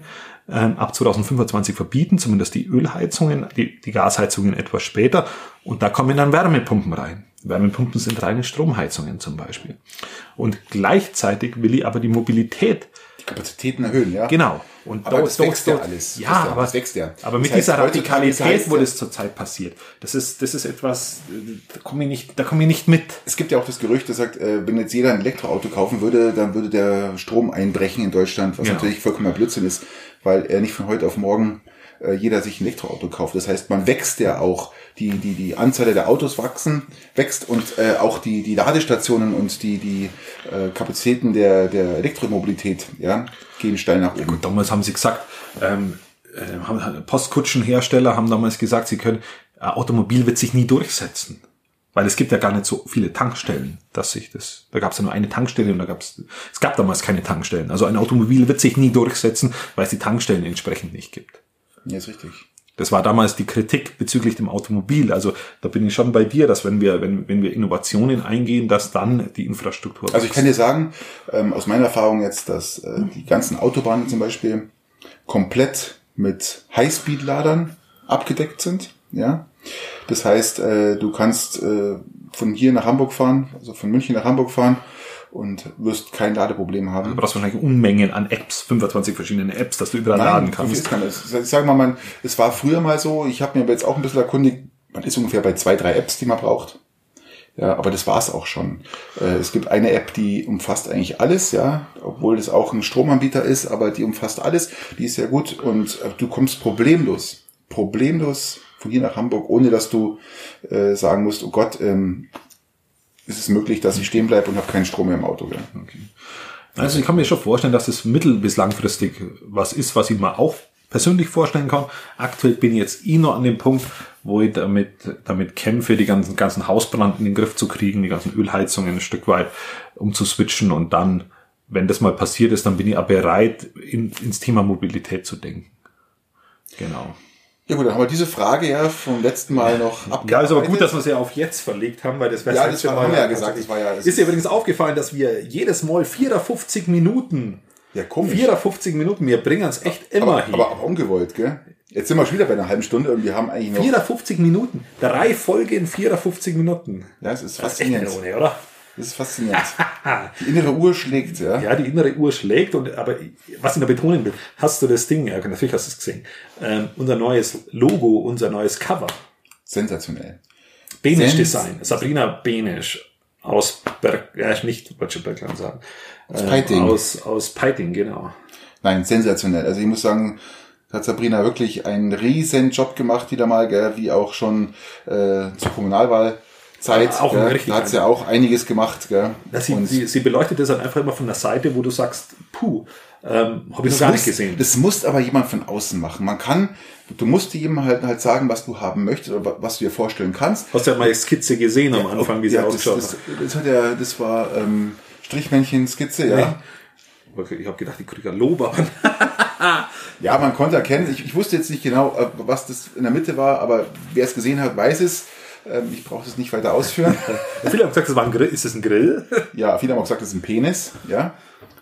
ab 2025 verbieten, zumindest die Ölheizungen, die Gasheizungen etwas später. Und da kommen dann Wärmepumpen rein. Wärmepumpen sind reine Stromheizungen zum Beispiel. Und gleichzeitig will ich aber die Mobilität, die Kapazitäten erhöhen, ja. Genau. Und aber das wächst ja alles. Ja, aber das wächst ja. Aber mit dieser Radikalität, wo das zurzeit passiert, das ist etwas, da komme ich nicht mit. Es gibt ja auch das Gerücht, das sagt, wenn jetzt jeder ein Elektroauto kaufen würde, dann würde der Strom einbrechen in Deutschland, was natürlich vollkommener Blödsinn ist, weil er nicht von heute auf morgen jeder sich ein Elektroauto kauft. Das heißt, man wächst ja auch, die Anzahl der Autos wächst und auch die Ladestationen und die Kapazitäten der Elektromobilität, ja, gehen steil nach oben. Ja gut, damals haben sie gesagt, Postkutschenhersteller haben damals gesagt, Automobil wird sich nie durchsetzen. Weil es gibt ja gar nicht so viele Tankstellen, da gab es ja nur eine Tankstelle und es gab damals keine Tankstellen. Also ein Automobil wird sich nie durchsetzen, weil es die Tankstellen entsprechend nicht gibt. Ja, ist richtig. Das war damals die Kritik bezüglich dem Automobil. Also da bin ich schon bei dir, dass wenn wir Innovationen eingehen, dass dann die Infrastruktur Also ich kann dir sagen, aus meiner Erfahrung jetzt, dass die ganzen Autobahnen zum Beispiel komplett mit Highspeed-Ladern abgedeckt sind. Ja, das heißt, du kannst von hier nach Hamburg fahren, also von München nach Hamburg fahren und wirst kein Ladeproblem haben. Du brauchst wahrscheinlich Unmengen an Apps, 25 verschiedene Apps, dass du überall laden kannst. Ich sage mal, es war früher mal so, ich habe mir jetzt auch ein bisschen erkundigt, man ist ungefähr bei 2-3 Apps, die man braucht. Ja, aber das war's auch schon. Es gibt eine App, die umfasst eigentlich alles, ja, obwohl das auch ein Stromanbieter ist, aber die umfasst alles, die ist sehr gut und du kommst problemlos von hier nach Hamburg, ohne dass du sagen musst, oh Gott, ist es möglich, dass ich stehen bleibe und habe keinen Strom mehr im Auto. Ja. Okay. Also ich kann mir schon vorstellen, dass es mittel- bis langfristig was ist, was ich mir auch persönlich vorstellen kann. Aktuell bin ich jetzt noch an dem Punkt, wo ich damit kämpfe, die ganzen Hausbrand in den Griff zu kriegen, die ganzen Ölheizungen ein Stück weit umzuswitchen und dann, wenn das mal passiert ist, dann bin ich auch bereit, ins Thema Mobilität zu denken. Genau. Ja gut, dann haben wir diese Frage ja vom letzten Mal noch abgearbeitet. Ja, ist aber gut, dass wir sie ja auf jetzt verlegt haben, weil das wäre das haben wir ja gesagt. Das war ja, ist dir übrigens aufgefallen, dass wir jedes Mal 54 Minuten, ja komisch, 54 Minuten, wir bringen es echt immer hin. Aber ungewollt, gell? Jetzt sind wir schon wieder bei einer halben Stunde und wir haben eigentlich noch 54 Minuten, 3 Folgen in 54 Minuten. Ja, es ist faszinierend. Das ist echt oder? Das ist faszinierend. Die innere Uhr schlägt, ja. Ja, die innere Uhr schlägt, aber was ich da betonen will, hast du das Ding, ja, natürlich hast du es gesehen, unser neues Logo, unser neues Cover. Sensationell. Benisch Design, Sabrina Benisch aus nicht Bergland sagen. Aus Peiting. Aus Peiting, genau. Nein, sensationell. Also ich muss sagen, Da hat Sabrina wirklich einen riesen Job gemacht wieder mal, gell, wie auch schon zur Kommunalwahlzeit. Auch gell, richtig da hat sie ja auch einiges gemacht. Gell. Sie beleuchtet das dann einfach immer von der Seite, wo du sagst, habe ich noch gar nicht gesehen. Das muss aber jemand von außen machen. Du musst jemandem halt sagen, was du haben möchtest oder was du dir vorstellen kannst. Hast du ja mal die Skizze gesehen am Anfang, wie sie ausgeschaut hat. Das war Strichmännchen-Skizze, ja. Nee. Ich habe gedacht, ich kriege ein Lob, aber ja, man konnte erkennen, ich wusste jetzt nicht genau, was das in der Mitte war, aber wer es gesehen hat, weiß es. Ich brauche das nicht weiter ausführen. Viele haben gesagt, das war ein Grill. Ist das ein Grill? Ja, viele haben auch gesagt, das ist ein Penis. Ja,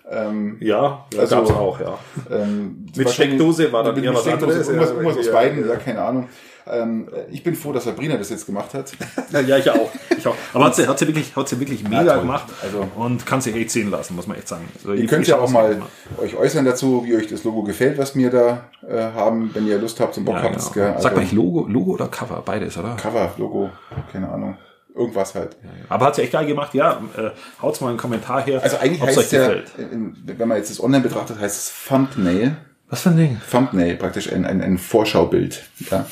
also, gab es auch, ja. Mit Steckdose war dann eher was anderes. Irgendwas aus beiden, ja, keine Ahnung. Ich bin froh, dass Sabrina das jetzt gemacht hat. Ja, ich auch. Aber hat sie wirklich mega gemacht, also, und kann sich echt sehen lassen, muss man echt sagen. Also, ihr könnt ja auch mal euch äußern dazu, wie euch das Logo gefällt, was wir da haben, wenn ihr Lust habt und Bock habt. Genau. Also, sagt man nicht Logo oder Cover? Beides, oder? Cover, Logo, keine Ahnung. Irgendwas halt. Ja. Aber hat sie echt geil gemacht, ja. Haut's mal einen Kommentar her. Also eigentlich heißt es ja, wenn man jetzt das online betrachtet, heißt es Thumbnail. Was für ein Ding? Thumbnail, praktisch ein Vorschaubild. Ja.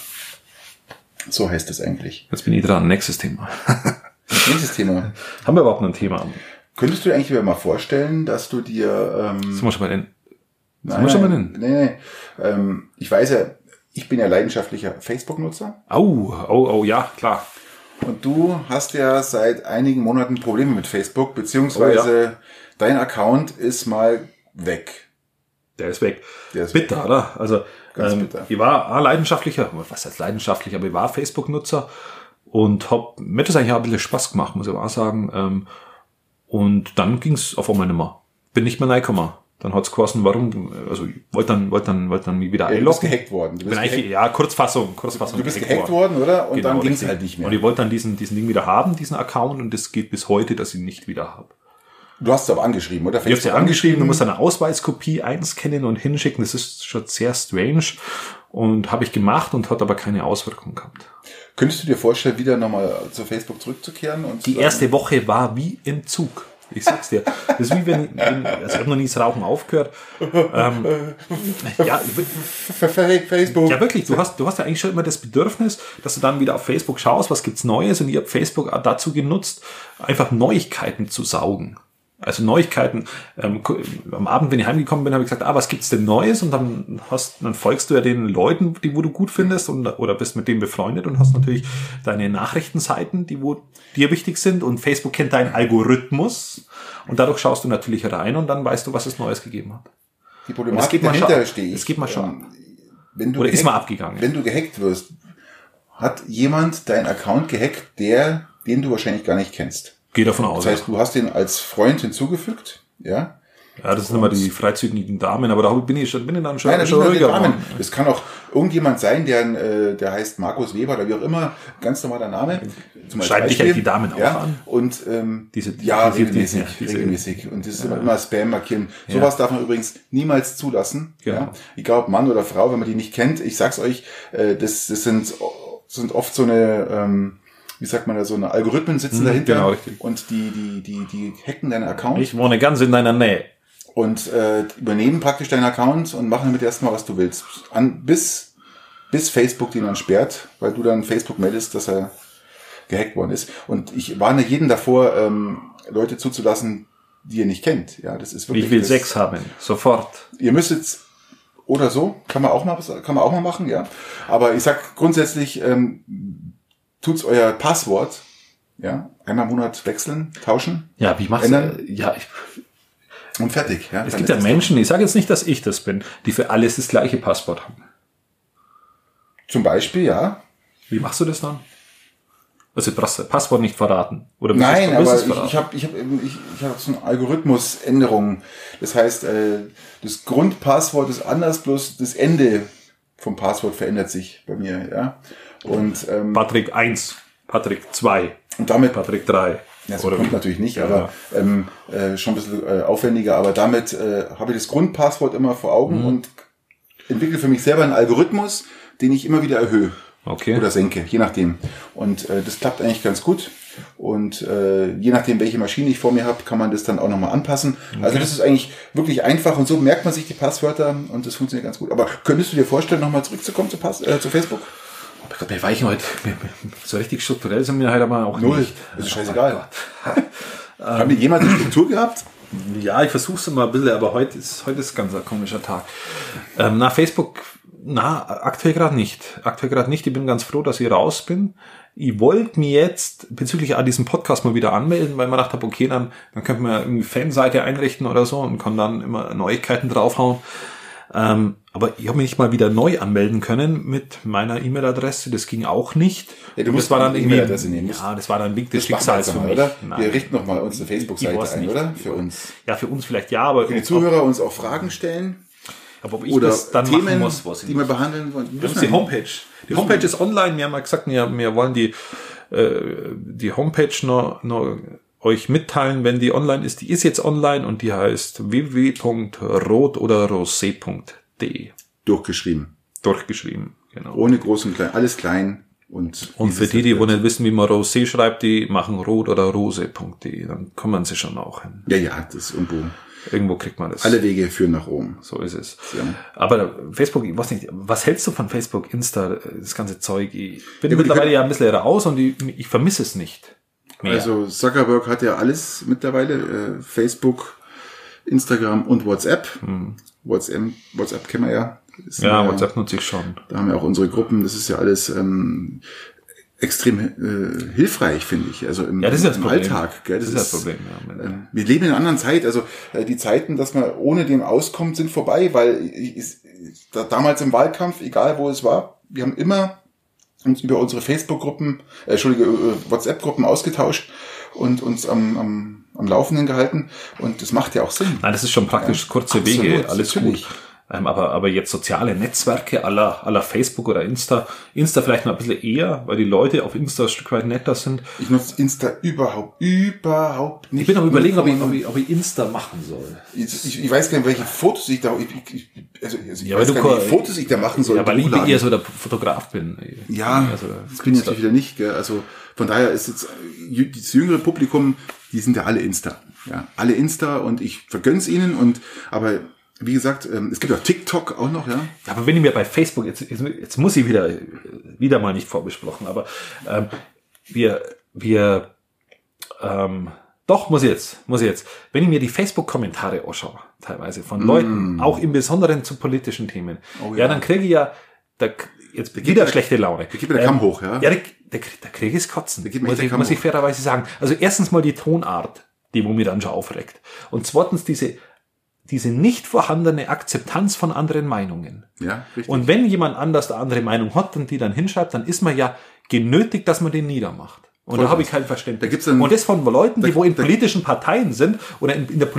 So heißt es eigentlich. Jetzt bin ich dran. Nächstes Thema. Nächstes Thema. Haben wir überhaupt noch ein Thema? Könntest du dir eigentlich mal vorstellen, dass du dir... Sind wir schon mal denn? Nee. Ich weiß ja, ich bin ja leidenschaftlicher Facebook-Nutzer. Oh, ja, klar. Und du hast ja seit einigen Monaten Probleme mit Facebook, beziehungsweise dein Account ist mal weg. Der ist weg. Bitter, oder? Also, bitter. Ich war leidenschaftlicher, was heißt leidenschaftlich, aber ich war Facebook-Nutzer und mir das eigentlich auch ein bisschen Spaß gemacht, muss ich aber auch sagen. Und dann ging's auf einmal nicht mehr. Bin nicht mehr reingekommen. Dann hat's geheißen, warum, also ich wollte dann mich wieder einloggen. Du bist gehackt worden. Kurzfassung. Du bist gehackt worden, oder? Und genau, dann ging's halt nicht mehr. Und ich wollte dann diesen Ding wieder haben, diesen Account, und das geht bis heute, dass ich ihn nicht wieder habe. Du hast es aber angeschrieben, oder? Ich habe es ja angeschrieben, du musst eine Ausweiskopie einscannen und hinschicken. Das ist schon sehr strange. Und habe ich gemacht und hat aber keine Auswirkung gehabt. Könntest du dir vorstellen, wieder nochmal zu Facebook zurückzukehren? Und die erste Woche war wie im Zug. Ich sag's dir. Das ist wie also ich habe noch nie das Rauchen aufgehört. Facebook. Ja, wirklich. Du hast ja eigentlich schon immer das Bedürfnis, dass du dann wieder auf Facebook schaust, was gibt's Neues, und ich habe Facebook auch dazu genutzt, einfach Neuigkeiten zu saugen. Also Neuigkeiten. Am Abend, wenn ich heimgekommen bin, habe ich gesagt, was gibt's denn Neues? Und dann folgst du ja den Leuten, wo du gut findest, oder bist mit denen befreundet und hast natürlich deine Nachrichtenseiten, die dir wichtig sind, und Facebook kennt deinen Algorithmus und dadurch schaust du natürlich rein und dann weißt du, was es Neues gegeben hat. Die Problematik dahinter steht. Es geht mal schon. Ist mal abgegangen. Wenn du gehackt wirst, hat jemand deinen Account gehackt, den du wahrscheinlich gar nicht kennst. Geh davon aus. Das heißt, du hast ihn als Freund hinzugefügt, ja? Ja, das sind immer die freizügigen Damen, aber da bin ich dann schon ruhiger. Das kann auch irgendjemand sein, der heißt Markus Weber oder wie auch immer, ganz normaler Name. Schreiben dich eigentlich die Damen auch an? Und regelmäßig. Und das ist immer Spam markieren. Sowas darf man übrigens niemals zulassen. Genau. Ja? Egal ob Mann oder Frau, wenn man die nicht kennt. Ich sag's euch, das sind oft so eine wie sagt man da, so eine Algorithmen sitzen dahinter. Genau, richtig. Und die hacken deinen Account. Ich wohne ganz in deiner Nähe. Und übernehmen praktisch deinen Account und machen damit erstmal, was du willst. Bis Facebook den dann sperrt, weil du dann Facebook meldest, dass er gehackt worden ist. Und ich warne jeden davor, Leute zuzulassen, die ihr nicht kennt. Ja, das ist wirklich. Ich will Sex haben, sofort. Ihr müsst jetzt, oder so, kann man auch mal machen, ja. Aber ich sag grundsätzlich, tut's euer Passwort, ja, einmal im Monat wechseln, tauschen. Ja, wie machst du? Ja, und fertig, ja. Es gibt ja Menschen, ich sage jetzt nicht, dass ich das bin, die für alles das gleiche Passwort haben. Zum Beispiel, ja. Wie machst du das dann? Also Passwort nicht verraten? Oder nein, aber ich habe so eine Algorithmusänderung. Das heißt, das Grundpasswort ist anders, bloß das Ende vom Passwort verändert sich bei mir, ja. Und Patrick 1, Patrick 2 und damit Patrick 3. Ja, das kommt natürlich nicht, aber schon ein bisschen aufwendiger. Aber damit habe ich das Grundpasswort immer vor Augen und entwickle für mich selber einen Algorithmus, den ich immer wieder erhöhe oder senke, je nachdem. Und das klappt eigentlich ganz gut. Und je nachdem, welche Maschine ich vor mir habe, kann man das dann auch nochmal anpassen. Okay. Also das ist eigentlich wirklich einfach und so merkt man sich die Passwörter und das funktioniert ganz gut. Aber könntest du dir vorstellen, nochmal zurückzukommen zu Facebook? Ich glaube, wir weichen heute, so richtig strukturell sind wir halt aber auch Null. nicht. Das ist scheißegal. Haben wir jemals eine Struktur gehabt? Ja, ich versuche es immer ein bisschen, aber heute ist ganz ein komischer Tag. Facebook, aktuell gerade nicht. Ich bin ganz froh, dass ich raus bin. Ich wollte mir jetzt bezüglich diesem Podcast mal wieder anmelden, weil man gedacht habe, okay, dann könnte man irgendwie Fanseite einrichten oder so und kann dann immer Neuigkeiten draufhauen. Aber ich habe mich nicht mal wieder neu anmelden können mit meiner E-Mail-Adresse. Das ging auch nicht. Ja, du musst dann irgendwie E-Mail-Adresse nehmen. Ja, das war dann ein Weg des Schicksals für mich. Oder? Wir richten noch mal unsere Facebook-Seite ein, nicht. Oder? Für uns. Ja, für uns vielleicht ja, aber für die Zuhörer uns auch Fragen stellen. Aber ob ich oder das dann Themen, machen muss, was die wir behandeln wollen. Das ist die Homepage. Die Homepage ist online. Wir haben ja gesagt, wir wollen die Homepage noch euch mitteilen, wenn die online ist. Die ist jetzt online und die heißt www.rot-oder-rosé.de. Durchgeschrieben, genau. Ohne groß und klein, alles klein. Und für die nicht wissen, wie man Rosé schreibt, die machen rot oder rose.de. Dann kommen sie schon auch hin. Ja, das ist irgendwo kriegt man das. Alle Wege führen nach Rom. So ist es. Ja. Aber Facebook, ich weiß nicht, was hältst du von Facebook, Insta, das ganze Zeug? Ich bin mittlerweile ja ein bisschen raus und ich vermisse es nicht mehr. Also Zuckerberg hat ja alles mittlerweile, Facebook, Instagram und WhatsApp. WhatsApp kennen wir ja. Ja, WhatsApp nutze ich schon. Da haben wir auch unsere Gruppen. Das ist ja alles extrem hilfreich, finde ich. Also im Alltag. Gell? Das ist das Problem. Ja. Wir leben in einer anderen Zeit. Also die Zeiten, dass man ohne dem auskommt, sind vorbei, weil damals im Wahlkampf, egal wo es war, wir haben immer uns über unsere Facebook-Gruppen, WhatsApp-Gruppen ausgetauscht und uns am Laufenden gehalten. Und das macht ja auch Sinn. Nein, das ist schon praktisch kurze Wege, alles natürlich. Gut. Aber jetzt soziale Netzwerke à la Facebook oder Insta vielleicht noch ein bisschen eher, weil die Leute auf Insta ein Stück weit netter sind. Ich nutze Insta überhaupt nicht. Ich bin am Überlegen, ob ich Insta machen soll. Ich weiß gar nicht, welche Fotos ich da, welche Fotos ich da machen soll. Ja, weil ich eher so der Fotograf bin. Ja, das bin ich natürlich wieder nicht, gell. Also, von daher ist jetzt, das jüngere Publikum, die sind ja alle Insta. Ja, alle Insta und ich vergönn's ihnen aber, wie gesagt, es gibt auch TikTok auch noch, ja. Ja, aber wenn ich mir bei Facebook, jetzt muss ich wieder mal nicht vorbesprochen, aber muss ich jetzt. Wenn ich mir die Facebook-Kommentare anschaue, teilweise von Leuten, auch im Besonderen zu politischen Themen, dann kriege ich jetzt wieder schlechte Laune. Da geht mir der Kamm hoch, ja. Ja, da kriege ich Kotzen, muss ich fairerweise sagen. Also erstens mal die Tonart, die wo mir dann schon aufregt. Und zweitens diese nicht vorhandene Akzeptanz von anderen Meinungen. Ja, richtig. Und wenn jemand anders eine andere Meinung hat und die dann hinschreibt, dann ist man ja genötigt, dass man den niedermacht. Und da habe ich kein Verständnis. Und das von Leuten, die wo in politischen Parteien sind oder in der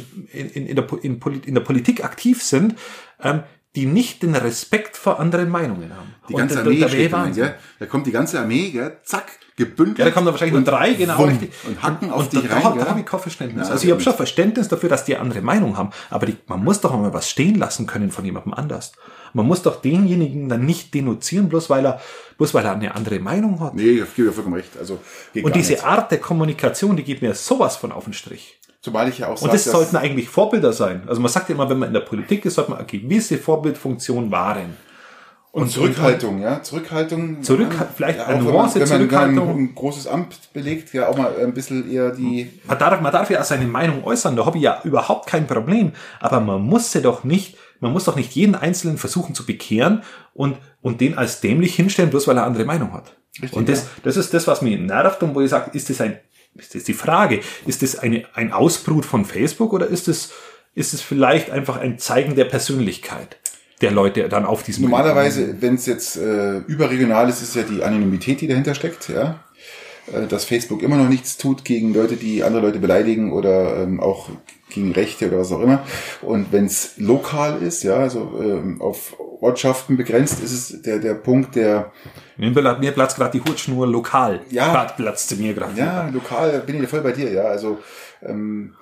Politik aktiv sind, die nicht den Respekt vor anderen Meinungen haben. Die ganze Armee da kommt die ganze Armee, gell? Zack, gebündelt. Ja, da kommen da wahrscheinlich nur 3, genau. Richtig. Und hacken auf dich rein. Da habe ich kein Verständnis. Also ich habe schon Verständnis dafür, dass die andere Meinung haben, aber man muss doch mal was stehen lassen können von jemandem anders. Man muss doch denjenigen dann nicht denunzieren, bloß weil er eine andere Meinung hat. Nee, ich gebe dir vollkommen recht. Also, und diese Art der Kommunikation, die geht mir sowas von auf den Strich. Zumal ich ja auch sage, und das sollten eigentlich Vorbilder sein. Also man sagt ja immer, wenn man in der Politik ist, sollte man eine gewisse Vorbildfunktion wahren. Und Zurückhaltung, ja. Vielleicht eine Nuance Zurückhaltung. Wenn man ein großes Amt belegt, ja auch mal ein bisschen eher die... Man darf ja auch seine Meinung äußern, da habe ich ja überhaupt kein Problem. Aber man muss doch nicht jeden Einzelnen versuchen zu bekehren und den als dämlich hinstellen, bloß weil er andere Meinung hat. Richtig, und das ist das, was mich nervt und wo ich sage, ist das die Frage, ist das ein Ausbrut von Facebook oder ist es vielleicht einfach ein Zeigen der Persönlichkeit der Leute dann auf diesem... Normalerweise, wenn es jetzt überregional ist, ist ja die Anonymität, die dahinter steckt, ja. Dass Facebook immer noch nichts tut gegen Leute, die andere Leute beleidigen oder auch gegen Rechte oder was auch immer. Und wenn es lokal ist, ja, also auf Ortschaften begrenzt, ist es der Punkt, der... Mir platzt gerade die Hutschnur lokal. Ja. Platzt mir gerade. Ja, lokal bin ich voll bei dir, ja. Also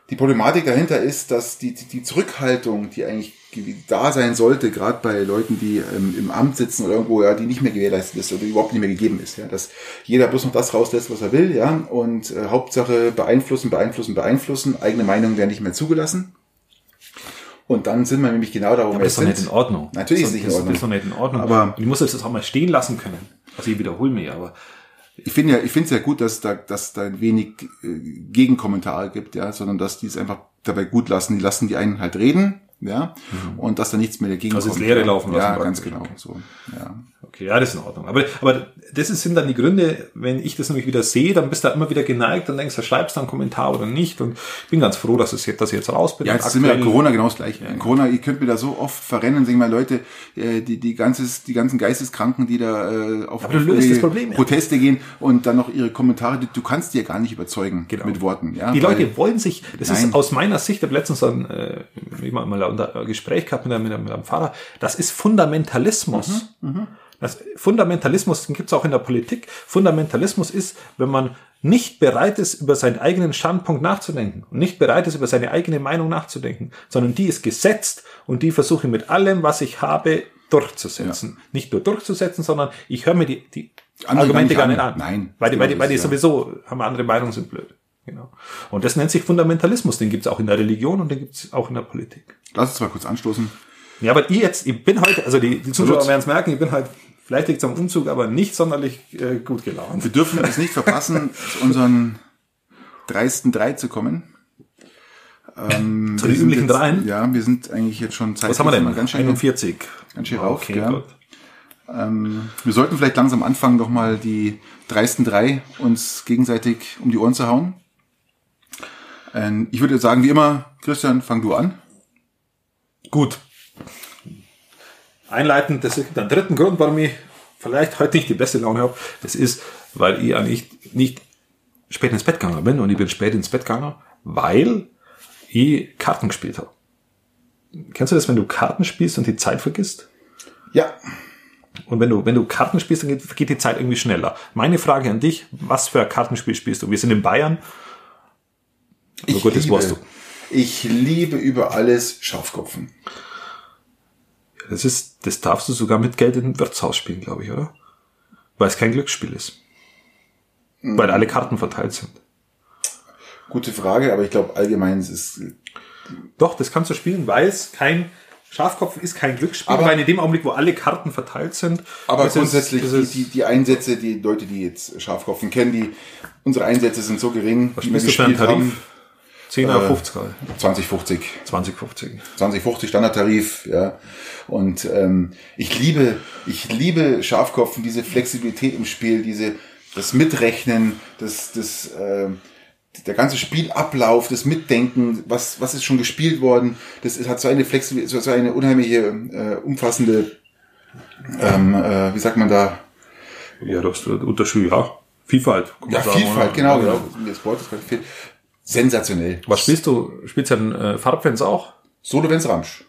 Die Problematik dahinter ist, dass die Zurückhaltung, die eigentlich da sein sollte, gerade bei Leuten, die im Amt sitzen oder irgendwo, ja, die nicht mehr gewährleistet ist oder überhaupt nicht mehr gegeben ist, ja, dass jeder bloß noch das rauslässt, was er will, ja, und Hauptsache beeinflussen, eigene Meinungen werden nicht mehr zugelassen. Und dann sind wir nämlich genau da, wo wir jetzt sind. Das ist doch nicht in Ordnung. Natürlich ist es nicht in Ordnung. Das ist doch nicht in Ordnung. Aber ich muss das auch mal stehen lassen können. Also ich wiederhole mich, aber ich finde es ja gut, dass da wenig Gegenkommentare gibt, ja, sondern dass die es einfach dabei gut lassen. Die lassen die einen halt reden, ja, und dass da nichts mehr dagegen kommt. Also ins Leere laufen lassen. Ja, ganz genau. Okay. So, ja. Okay, ja, das ist in Ordnung. Aber sind dann die Gründe, wenn ich das nämlich wieder sehe, dann bist du immer wieder geneigt und denkst, du schreibst dann einen Kommentar oder nicht. Und ich bin ganz froh, dass ich jetzt raus bin. Ja, jetzt sind wir in Corona genau das Gleiche. In Corona, ihr könnt mir da so oft verrennen, sagen mal Leute, die ganzen Geisteskranken, die da auf das Problem, Proteste gehen und dann noch ihre Kommentare, du kannst die ja gar nicht überzeugen mit Worten. Ja, die Leute wollen sich, das ist aus meiner Sicht, ich habe letztens ein Gespräch gehabt mit einem Pfarrer, das ist Fundamentalismus. Das Fundamentalismus gibt es auch in der Politik. Fundamentalismus ist, wenn man nicht bereit ist, über seinen eigenen Standpunkt nachzudenken und nicht bereit ist, über seine eigene Meinung nachzudenken, sondern die ist gesetzt und die versuche ich mit allem, was ich habe, durchzusetzen. Ja. Nicht nur durchzusetzen, sondern ich höre mir die Argumente gar nicht an. Nein. Weil die sowieso haben andere Meinungen, sind blöd. Genau. Und das nennt sich Fundamentalismus. Den gibt es auch in der Religion und den gibt es auch in der Politik. Lass uns mal kurz anstoßen. Ja, aber ich bin heute, also die Zuschauer werden es merken, ich bin heute, vielleicht liegt es am Umzug, aber nicht sonderlich gut gelaunt. Wir dürfen es nicht verpassen, zu unseren dreisten 3 zu kommen. Zu den üblichen Dreien? Ja, wir sind eigentlich jetzt schon Zeit. Was haben wir denn? Ganz schön 41. Ganz schön rauf, okay, ja. Wir sollten vielleicht langsam anfangen, doch mal die dreisten 3 uns gegenseitig um die Ohren zu hauen. Ich würde sagen, wie immer, Christian, fang du an. Gut. Einleitend, das ist der dritten Grund, warum ich vielleicht heute nicht die beste Laune habe. Das ist, weil ich eigentlich nicht spät ins Bett gegangen bin und ich bin spät ins Bett gegangen, weil ich Karten gespielt habe. Kennst du das, wenn du Karten spielst und die Zeit vergisst? Ja. Und wenn du Karten spielst, dann geht die Zeit irgendwie schneller. Meine Frage an dich, was für ein Kartenspiel spielst du? Wir sind in Bayern. Aber gut, das weißt du. Ich liebe über alles Schafkopfen. Das darfst du sogar mit Geld in ein Wirtshaus spielen, glaube ich, oder? Weil es kein Glücksspiel ist. Weil alle Karten verteilt sind. Gute Frage, aber ich glaube allgemein es ist... Doch, das kannst du spielen, weil es kein... Schafkopf ist kein Glücksspiel, aber weil in dem Augenblick, wo alle Karten verteilt sind... Aber grundsätzlich, die Einsätze, die Leute, die jetzt Schafkopfen kennen, unsere Einsätze sind so gering. Was spielst du für einen Tarif? 10er, 50er? 2050. 2050. 2050 Standardtarif, ja. Und ich liebe Schafkopfen, diese Flexibilität im Spiel, das Mitrechnen, der ganze Spielablauf, das Mitdenken, was ist schon gespielt worden, hat so eine Flexibilität, so eine unheimliche, umfassende, wie sagt man da? Ja, das Unterschied, ja. Vielfalt. Ja, Vielfalt, genau. Das Wort ist gerade fehlt. Sensationell. Was spielst du? Spielst du dann Farbfans auch? Solo Vents Ramsch.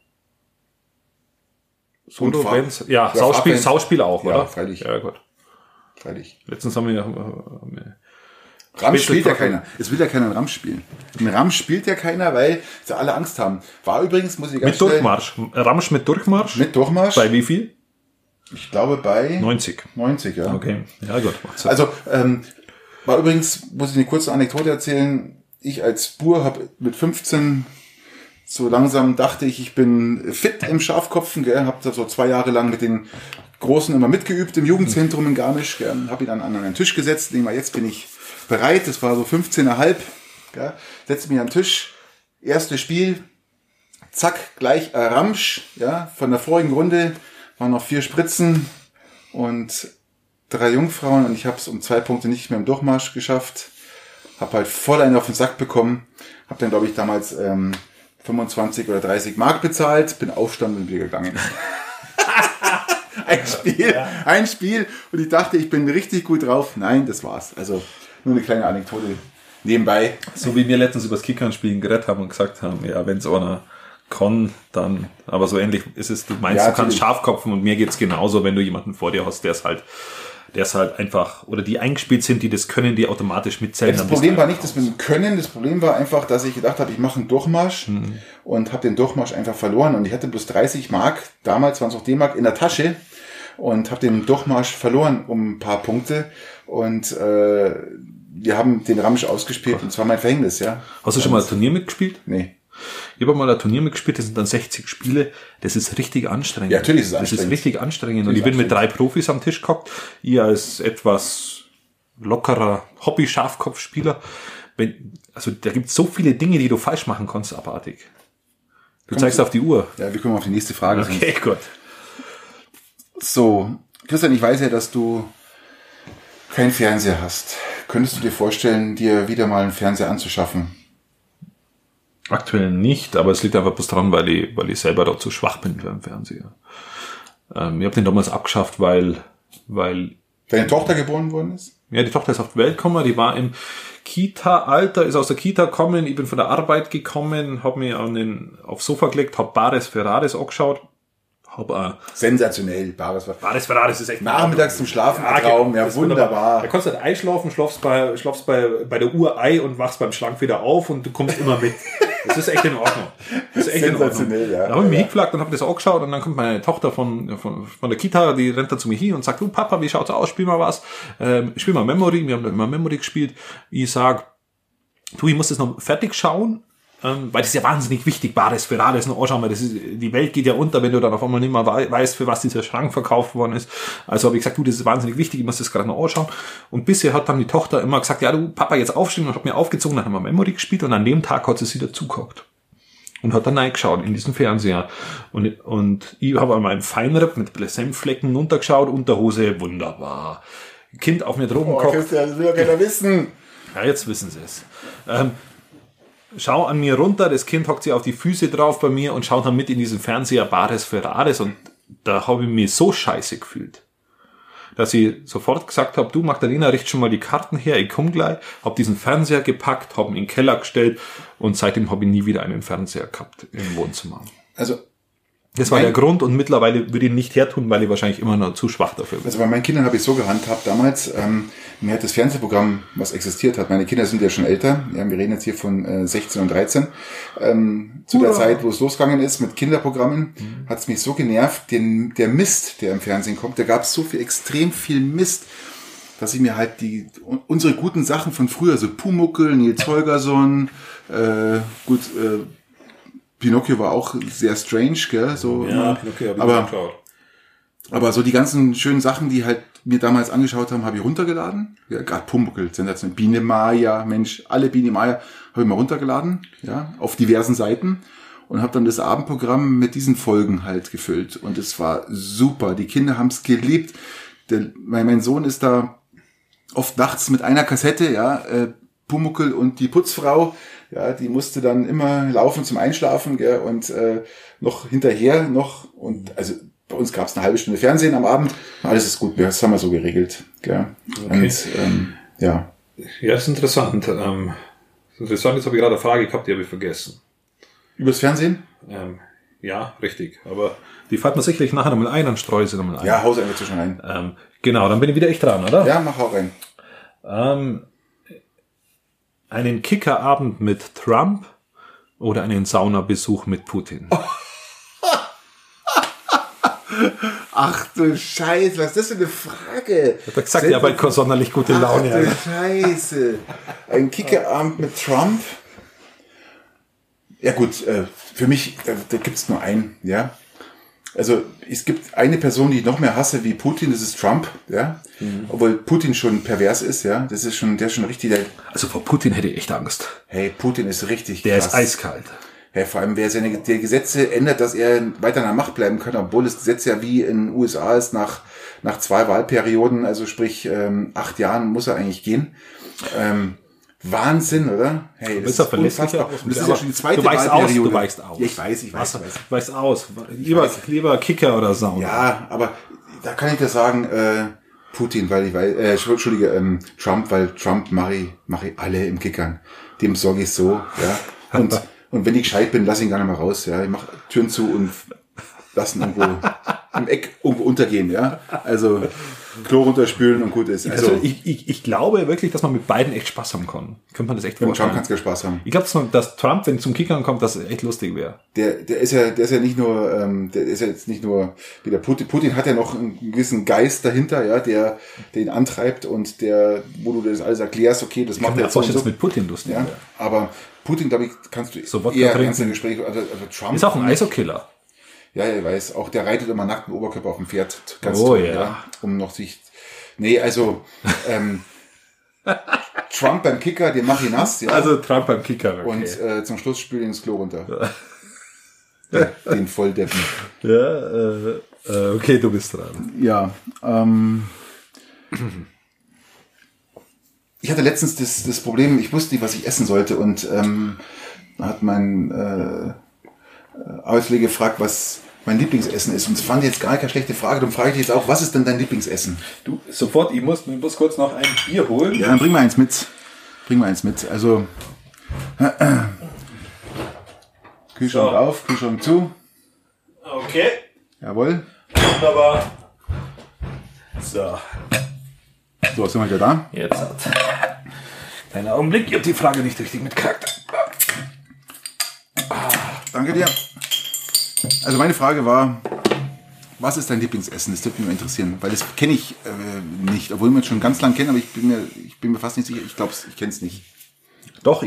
Solo Vents, ja, Sauspiel auch, oder? Ja, freilich. Ja, gut. Freilich. Letztens haben wir Ramsch spielt ja keiner. Es will ja keiner einen Ramsch spielen. Einen Ramsch spielt ja keiner, weil sie alle Angst haben. War übrigens, muss ich ganz schnell... Mit Durchmarsch. Ramsch mit Durchmarsch? Mit Durchmarsch. Bei wie viel? Ich glaube bei... 90. 90, ja. Okay. Ja, gut. Also, war übrigens, muss ich eine kurze Anekdote erzählen. Ich als Bur habe mit 15 so langsam dachte ich bin fit im Schafkopfen, gell, habe da so 2 Jahre lang mit den Großen immer mitgeübt im Jugendzentrum in Garmisch, gell, habe ihn dann an einen Tisch gesetzt, denke mal, jetzt bin ich bereit, das war so 15,5, gell, setze mich an den Tisch, erstes Spiel, zack, gleich Ramsch, ja, von der vorigen Runde waren noch 4 Spritzen und 3 Jungfrauen und ich habe es um 2 Punkte nicht mehr im Durchmarsch geschafft, habe halt voll einen auf den Sack bekommen, habe dann glaube ich damals 25 oder 30 Mark bezahlt, bin aufgestanden und wieder gegangen. Ein Spiel und ich dachte, ich bin richtig gut drauf. Nein, das war's. Also nur eine kleine Anekdote nebenbei. So wie wir letztens über das Kickern-Spielen geredet haben und gesagt haben, ja, wenn es einer kann, dann, aber so ähnlich ist es, du meinst, ja, du kannst Schafkopfen und mir geht's genauso, wenn du jemanden vor dir hast, der es halt der ist halt einfach, oder die eingespielt sind, die das können, die automatisch mitzählen. Das Problem war nicht das mit dem Können, das Problem war einfach, dass ich gedacht habe, ich mache einen Durchmarsch und habe den Durchmarsch einfach verloren und ich hatte bloß 30 Mark, damals waren es auch D-Mark, in der Tasche und habe den Durchmarsch verloren um ein paar Punkte und wir haben den Ramsch ausgespielt und zwar mein Verhängnis, ja. Hast du schon mal ein Turnier mitgespielt? Nee. Ich habe mal ein Turnier mitgespielt, das sind dann 60 Spiele. Das ist richtig anstrengend. Ja, natürlich ist es anstrengend. Das ist richtig anstrengend. Und Natürlich ich bin mit 3 Profis am Tisch gehockt. Ich als etwas lockerer Hobby-Schafkopfspieler. Also da gibt es so viele Dinge, die du falsch machen kannst, abartig. Du zeigst auf die Uhr. Ja, wir kommen auf die nächste Frage. Okay, gut. So, Christian, ich weiß ja, dass du keinen Fernseher hast. Könntest du dir vorstellen, dir wieder mal einen Fernseher anzuschaffen? Aktuell nicht, aber es liegt einfach bloß daran, weil ich selber da zu schwach bin für einen Fernseher. Ich habe den damals abgeschafft, weil Deine Tochter geboren worden ist? ja, die Tochter ist auf die Welt gekommen, die war im Kita-Alter, ist aus der Kita gekommen, ich bin von der Arbeit gekommen, habe mich aufs Sofa gelegt, habe Bares Ferraris angeschaut, Sensationell, Bares Ferraris ist echt nachmittags zum Schlafen Traum, ja, wunderbar. Da kannst du halt einschlafen, schlafst bei der Uhr ein und wachst beim Schlank wieder auf und du kommst immer mit. Das ist echt in Ordnung. Das ist echt sensationell, in Ordnung. ja. Da habe ich mich hingefragt und habe das angeschaut und dann kommt meine Tochter von der Kita, die rennt dann zu mir hin und sagt, du Papa, wie schaut's aus, spiel mal was. Spiel mal Memory, wir haben da immer Memory gespielt. Ich sag, ich muss das noch fertig schauen. Weil das ist ja wahnsinnig wichtig, Bares Ferraris noch anschauen, weil die Welt geht ja unter, wenn du dann auf einmal nicht mehr weißt, für was dieser Schrank verkauft worden ist. Also habe ich gesagt, das ist wahnsinnig wichtig, ich muss das gerade noch anschauen. Und bisher hat dann die Tochter immer gesagt, ja du Papa, jetzt aufstehen, und hat mir aufgezogen, dann haben wir Memory gespielt und an dem Tag hat sie sich dazugehockt. Und hat dann reingeschaut in diesen Fernseher. Und ich habe an meinem Feinripp mit Senfflecken runtergeschaut, Unterhose, wunderbar. Kind auf mir droben gehockt. Christian, das will ja keiner wissen. Ja, jetzt wissen sie es. Schau an mir runter, das Kind hockt sich auf die Füße drauf bei mir und schaut dann mit in diesen Fernseher Bares Ferraris und da habe ich mich so scheiße gefühlt, dass ich sofort gesagt habe, du Magdalena, richt schon mal die Karten her, ich komm gleich, habe diesen Fernseher gepackt, habe ihn in den Keller gestellt und seitdem habe ich nie wieder einen Fernseher gehabt im Wohnzimmer. Also das war der Grund und mittlerweile würde ich ihn nicht hertun, weil ich wahrscheinlich immer noch zu schwach dafür bin. Also bei meinen Kindern habe ich so gehandhabt damals, mir hat das Fernsehprogramm, was existiert hat, meine Kinder sind ja schon älter, ja, wir reden jetzt hier von 16 und 13, zu der Zeit, wo es losgegangen ist mit Kinderprogrammen, hat es mich so genervt, der Mist, der im Fernsehen kommt, da gab es so viel, extrem viel Mist, dass ich mir halt unsere guten Sachen von früher, so Pumuckl, Nils Holgersson, Pinocchio war auch sehr strange, gell? So, ja, Pinocchio habe ich angeschaut. Aber so die ganzen schönen Sachen, die halt mir damals angeschaut haben, habe ich runtergeladen. Ja, gerade Pumuckl, sensationell. Biene Maya, Mensch, alle Biene Maya habe ich mal runtergeladen, ja, auf diversen Seiten und habe dann das Abendprogramm mit diesen Folgen halt gefüllt. Und es war super. Die Kinder haben es geliebt. Mein Sohn ist da oft nachts mit einer Kassette, ja, Pumuckl und die Putzfrau. Ja, die musste dann immer laufen zum Einschlafen, gell, und noch hinterher noch und also bei uns gab es eine halbe Stunde Fernsehen am Abend. Alles ist gut, das haben wir so geregelt, gell. Okay. Und, ja. Ja, ist interessant. Interessant, jetzt habe ich gerade eine Frage gehabt, die habe ich vergessen. Übers Fernsehen? Ja, richtig. Aber die fällt mir sicherlich nachher nochmal ein, dann streue ich sie nochmal ein. Ja, hau's einfach zwischen ein. Genau, dann bin ich wieder echt dran, oder? Ja, mach auch rein. Einen Kickerabend mit Trump oder einen Saunabesuch mit Putin? Ach du Scheiße, was ist das für eine Frage? Hat er gesagt, ja, aber keine sonderlich gute Laune. Ach du Scheiße. Ein Kickerabend mit Trump? Ja gut, für mich, da gibt's nur einen, ja. Also es gibt eine Person, die ich noch mehr hasse wie Putin, das ist Trump, ja. Obwohl Putin schon pervers ist, ja. Der ist schon richtig. Also vor Putin hätte ich echt Angst. Hey, Putin ist richtig Der krass. ist eiskalt. Ja, vor allem, wer seine die Gesetze ändert, dass er weiter in der Macht bleiben kann, obwohl das Gesetz ja wie in den USA ist, nach 2 Wahlperioden, also sprich 8 Jahren muss er eigentlich gehen. Wahnsinn, oder? Hey, das ist unfassbar. Das ist ja schon die zweite Wahlperiode. Du weichst aus. Ja, ich weiß. Weißt aus. Lieber Kicker oder Sauna. Ja, aber da kann ich dir sagen, Putin, weil ich weiß, Trump, weil Trump mache ich alle im Kickern. Dem sorge ich so, ja. Und wenn ich gescheit bin, lass ihn gar nicht mehr raus, ja. Ich mache Türen zu und lass ihn irgendwo im Eck irgendwo untergehen, ja. Also Klo runterspülen und gut ist. Also ich glaube wirklich, dass man mit beiden echt Spaß haben kann. Könnte man das echt Mit vorstellen. Trump kannst du Spaß haben. Ich glaube, dass Trump, wenn zum Kickern kommt, das echt lustig wäre. Der ist ja nicht nur, der ist ja jetzt nicht nur wie der Putin. Putin hat ja noch einen gewissen Geist dahinter, ja, der ihn antreibt und wo du das alles erklärst, okay, das macht er jetzt so und so. Mit Putin lustig. Ja, aber Putin, glaube ich, kannst du so eher ernste Gespräche, also Trump. Ist auch ein ISO-Killer. Ja, ich weiß. Auch der reitet immer nackt mit Oberkörper auf dem Pferd. Ganz toll, ja. Um noch sich... Nee, also... Trump beim Kicker, den mach ich nass. Ja. Also Trump beim Kicker, okay. Und zum Schluss spül ihn ins Klo runter. Den Volldeppen. Ja, okay, du bist dran. Ja, ich hatte letztens das Problem, ich wusste nicht, was ich essen sollte und da hat mein Arbeitskollege gefragt, was mein Lieblingsessen ist. Und es fand jetzt gar keine schlechte Frage. Darum frage ich dich jetzt auch, was ist denn dein Lieblingsessen? Du, sofort, ich muss kurz noch ein Bier holen. Ja, dann bring mal eins mit. Also, Kühlschrank auf, Kühlschrank zu. Okay. Jawohl. Wunderbar. So. So, sind wir wieder da? Jetzt hat. Kleiner Augenblick, ich habe die Frage nicht richtig mitgekriegt. Danke dir. Also meine Frage war, was ist dein Lieblingsessen? Das würde mich mal interessieren, weil das kenne ich nicht, obwohl wir es schon ganz lang kennen, aber ich bin mir fast nicht sicher. Ich glaube, ich kenne es nicht. Doch,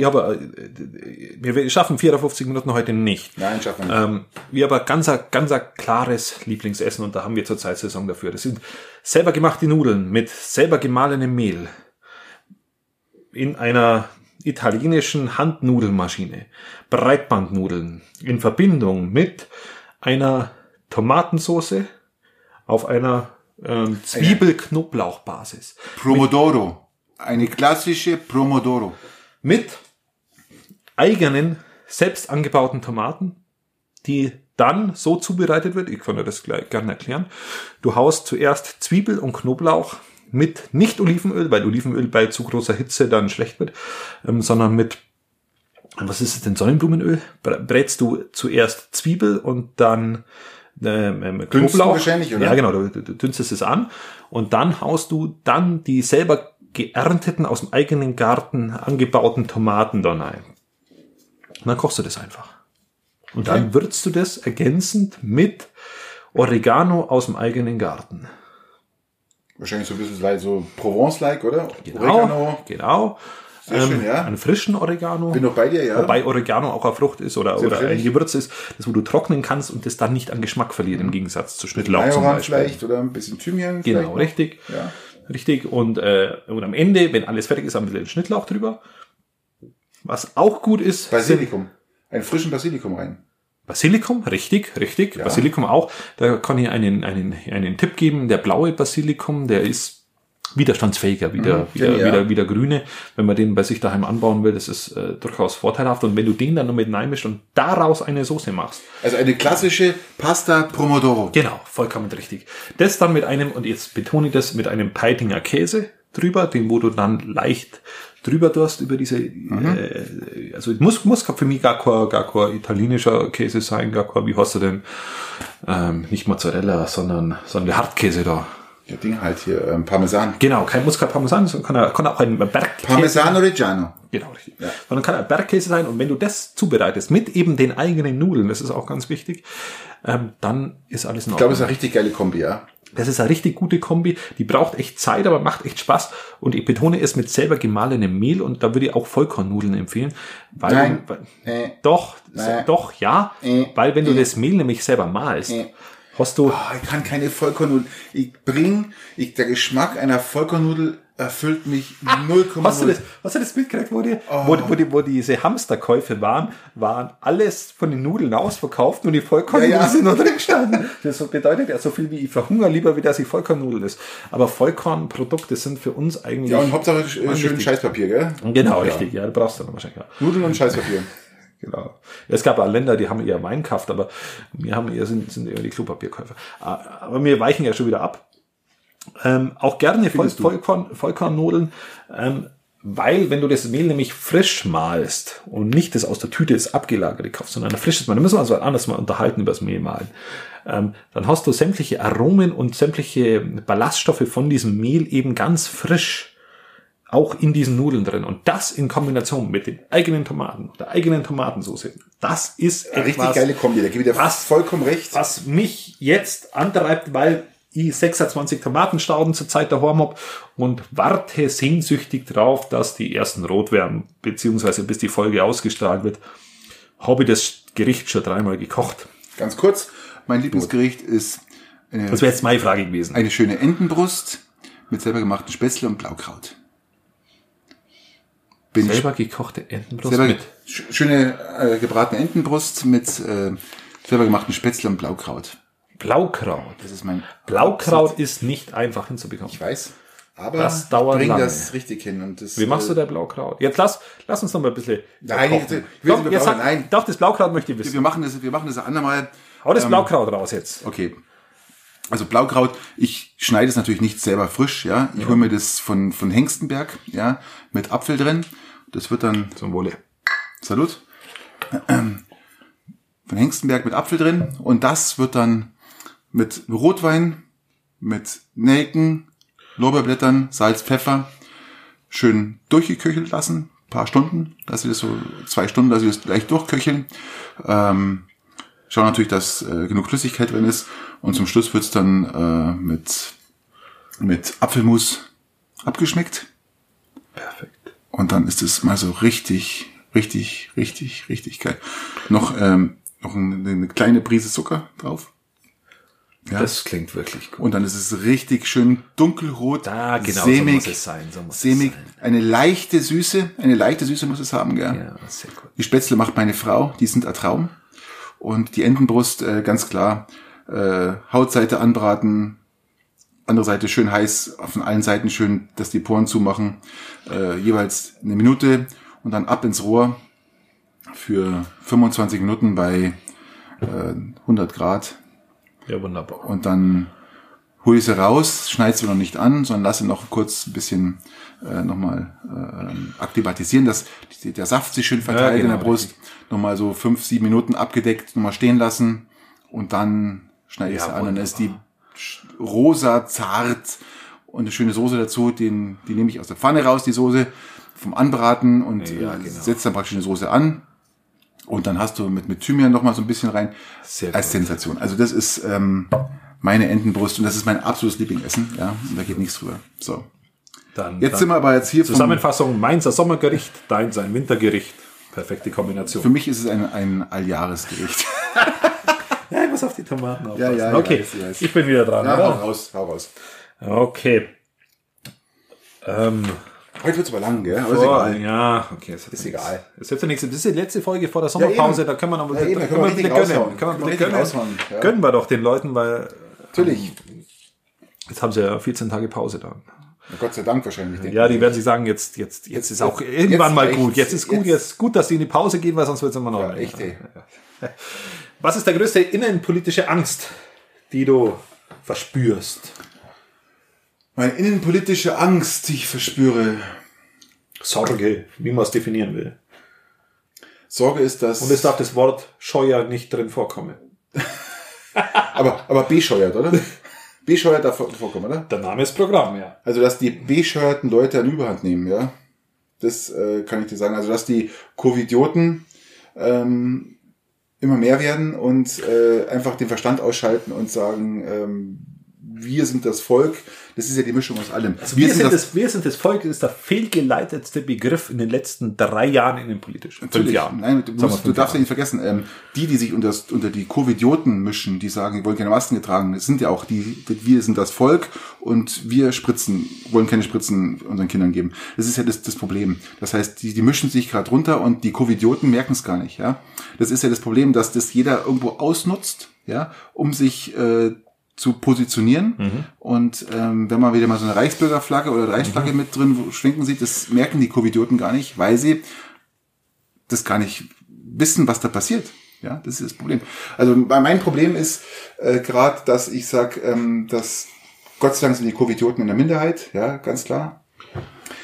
wir schaffen 54 Minuten heute nicht. Nein, schaffen wir nicht. Wir haben ganz ein klares Lieblingsessen und da haben wir zurzeit Saison dafür. Das sind selber gemachte Nudeln mit selber gemahlenem Mehl in einer italienischen Handnudelmaschine. Breitbandnudeln in Verbindung mit einer Tomatensauce auf einer Zwiebel-Knoblauch-Basis. Pomodoro. Eine klassische Pomodoro. Mit eigenen, selbst angebauten Tomaten, die dann so zubereitet wird, ich kann dir das gleich gerne erklären. Du haust zuerst Zwiebel und Knoblauch mit nicht Olivenöl, weil Olivenöl bei zu großer Hitze dann schlecht wird, sondern mit, was ist es denn, Sonnenblumenöl? Brätst du zuerst Zwiebel und dann Knoblauch. Wahrscheinlich, oder? Ja, genau, du dünstest es an und dann haust du dann die selber geernteten, aus dem eigenen Garten angebauten Tomaten da rein. Und dann kochst du das einfach. Und dann würzt du das ergänzend mit Oregano aus dem eigenen Garten. Wahrscheinlich so ein bisschen so Provence-like, oder? Genau. Sehr schön, ja. Einen frischen Oregano. Bin noch bei dir, ja. Wobei Oregano auch eine Frucht ist oder ein Gewürz ist, das wo du trocknen kannst und das dann nicht an Geschmack verliert, im Gegensatz zu Schnittlauch zum Beispiel. Vielleicht oder ein bisschen Thymian. Genau, richtig. Ja. Richtig. Und am Ende, wenn alles fertig ist, ein bisschen Schnittlauch drüber. Was auch gut ist. Basilikum. Einen frischen Basilikum rein. Basilikum, richtig. Ja. Basilikum auch. Da kann ich einen Tipp geben. Der blaue Basilikum, der ist widerstandsfähiger, wieder grüne. Wenn man den bei sich daheim anbauen will, das ist durchaus vorteilhaft. Und wenn du den dann noch mit reinmischst und daraus eine Soße machst. Also eine klassische Pasta Pomodoro. Genau, vollkommen richtig. Das dann mit einem, und jetzt betone ich das, mit einem Peitinger Käse drüber, den wo du dann leicht drüber tust über diese, also muss für mich gar kein italienischer Käse sein, wie hast du denn, nicht Mozzarella, sondern der Hartkäse da. Ja, Ding halt hier, Parmesan. Genau, muss kein Parmesan, sondern kann auch ein Bergkäse. Parmesano Reggiano. Genau, richtig. Ja. Sondern kann ein Bergkäse sein und wenn du das zubereitest mit eben den eigenen Nudeln, das ist auch ganz wichtig, dann ist alles in Ordnung. Ich glaube, das ist eine richtig geile Kombi, ja. Das ist eine richtig gute Kombi, die braucht echt Zeit, aber macht echt Spaß und ich betone es mit selber gemahlenem Mehl und da würde ich auch Vollkornnudeln empfehlen, weil doch, ja, weil wenn du das Mehl nämlich selber mahlst, hast du... ich kann keine Vollkornnudel. Der Geschmack einer Vollkornnudel erfüllt mich 0,0. Hast du das mitgekriegt, wo diese Hamsterkäufe waren alles von den Nudeln ausverkauft und die Vollkornnudeln sind noch drin gestanden. Das bedeutet ja so viel wie ich verhungere lieber, wie dass ich Vollkornnudeln ist. Aber Vollkornprodukte sind für uns eigentlich... Ja, und Hauptsache schön Scheißpapier, gell? Genau, richtig. Ja, du brauchst dann wahrscheinlich. Ja. Nudeln und Scheißpapier. Genau. Es gab auch Länder, die haben eher Wein gekauft, aber sind eher die Klopapierkäufer. Aber wir weichen ja schon wieder ab. Auch gerne Vollkornnudeln. Weil, wenn du das Mehl nämlich frisch mahlst und nicht das aus der Tüte das abgelagerte kaufst, sondern ein frisches Mal, dann müssen wir uns anders mal unterhalten über das Mehl mahlen. Dann hast du sämtliche Aromen und sämtliche Ballaststoffe von diesem Mehl eben ganz frisch auch in diesen Nudeln drin. Und das in Kombination mit den eigenen Tomaten, der eigenen Tomatensauce, das ist eine richtig geile Kombi, da gebe ich dir vollkommen recht. Was mich jetzt antreibt, weil ich 26 Tomatenstauden zur Zeit daheim hab und warte sehnsüchtig drauf, dass die ersten rot werden, beziehungsweise bis die Folge ausgestrahlt wird, habe ich das Gericht schon 3-mal gekocht. Ganz kurz, mein Lieblingsgericht ist das wäre jetzt meine Frage gewesen. Eine schöne Entenbrust mit selber gemachten Spätzle und Blaukraut. Selber gekochte Entenbrust mit schöne gebratene Entenbrust mit selber gemachten Spätzle und Blaukraut. Blaukraut. Das ist mein Blaukraut ist nicht einfach hinzubekommen. Ich weiß, aber das dauert bring lange. das richtig hin. Und das, wie machst du der Blaukraut? Jetzt lass uns noch mal ein bisschen. Nein, nein. Doch, das Blaukraut möchte ich wissen. Wir machen das ein andermal. Hau das Blaukraut raus jetzt. Okay. Also Blaukraut, ich schneide es natürlich nicht selber frisch, ja. Ich hole mir das von Hengstenberg, ja, mit Apfel drin. Das wird dann zum Wohle. Salut. Von Hengstenberg mit Apfel drin und das wird dann mit Rotwein, mit Nelken, Lorbeerblättern, Salz, Pfeffer schön durchgeköchelt lassen. Ein paar Stunden, dass wir das so 2 Stunden, dass wir das gleich durchköcheln. Schauen natürlich, dass genug Flüssigkeit drin ist. Und zum Schluss wird's dann mit Apfelmus abgeschmeckt. Perfekt. Und dann ist es mal so richtig geil. Noch eine kleine Prise Zucker drauf. Ja. Das klingt wirklich gut. Und dann ist es richtig schön dunkelrot, genau, sämig, so muss es sein. sämig. Eine leichte Süße muss es haben, gell? Ja, sehr gut. Die Spätzle macht meine Frau, die sind ein Traum. Und die Entenbrust, ganz klar, Hautseite anbraten, andere Seite schön heiß, von allen Seiten schön, dass die Poren zumachen, jeweils 1 Minute und dann ab ins Rohr für 25 Minuten bei 100 Grad. Ja, wunderbar. Und dann hol ich sie raus, schneide sie noch nicht an, sondern lasse noch kurz ein bisschen nochmal akklimatisieren, dass der Saft sich schön verteilt in der Brust. Richtig. Nochmal so 5-7 Minuten abgedeckt, nochmal stehen lassen und dann schneide ich sie an. Und dann ist die rosa, zart und eine schöne Soße dazu. Die nehme ich aus der Pfanne raus, die Soße, vom Anbraten und setze dann praktisch eine Soße an. Und dann hast du mit Thymian noch mal so ein bisschen rein. Sehr als Sensation. Also das ist meine Entenbrust und das ist mein absolutes Lieblingsessen. Ja, und da geht nichts drüber. So. Jetzt sind wir aber jetzt hier Zusammenfassung, meins ein Sommergericht, deins ein Wintergericht. Perfekte Kombination. Für mich ist es ein Alljahresgericht. Ja, ich muss auf die Tomaten aufpassen. Ja, okay, weiß. Ich bin wieder dran. Ja, hau raus. Okay. Heute wird's aber lang, gell? Aber ist egal. Ja, okay. Ist egal. Das ist die letzte Folge vor der Sommerpause, da können wir noch ein bisschen gönnen wir doch den Leuten, weil natürlich. Jetzt haben sie ja 14 Tage Pause dann. Ja, Gott sei Dank wahrscheinlich. Ja, die werden sich sagen, jetzt ist auch irgendwann mal gut. Jetzt ist gut, dass sie in die Pause gehen, weil sonst wird's immer noch. Ja, echt, ey. Was ist der größte innenpolitische Angst, die du verspürst? Meine innenpolitische Angst, die ich verspüre. Sorge, wie man es definieren will. Sorge ist das. Und es darf das Wort Scheuer nicht drin vorkommen. aber bescheuert, oder? Bescheuert darf vorkommen, oder? Der Name ist Programm, ja. Also, dass die bescheuerten Leute eine Überhand nehmen, ja. Das kann ich dir sagen. Also, dass die Covidioten immer mehr werden und einfach den Verstand ausschalten und sagen, wir sind das Volk. Das ist ja die Mischung aus allem. Also wir sind das Volk, das ist der fehlgeleitetste Begriff in den letzten 3 Jahren innenpolitisch. 5 Jahren. Nein, du darfst ja nicht vergessen, die sich unter die Covidioten mischen, die sagen, die wollen keine Masken getragen, das sind ja auch wir sind das Volk und wir wollen keine Spritzen unseren Kindern geben. Das ist ja das Problem. Das heißt, die mischen sich gerade runter und die Covidioten merken es gar nicht, ja. Das ist ja das Problem, dass das jeder irgendwo ausnutzt, ja, um sich zu positionieren. Und wenn man wieder mal so eine Reichsbürgerflagge oder Reichsflagge mit drin schwenken sieht, das merken die Covidioten gar nicht, weil sie das gar nicht wissen, was da passiert. Ja, das ist das Problem. Also mein Problem ist gerade, dass ich sage, dass Gott sei Dank sind die Covidioten in der Minderheit, ja, ganz klar.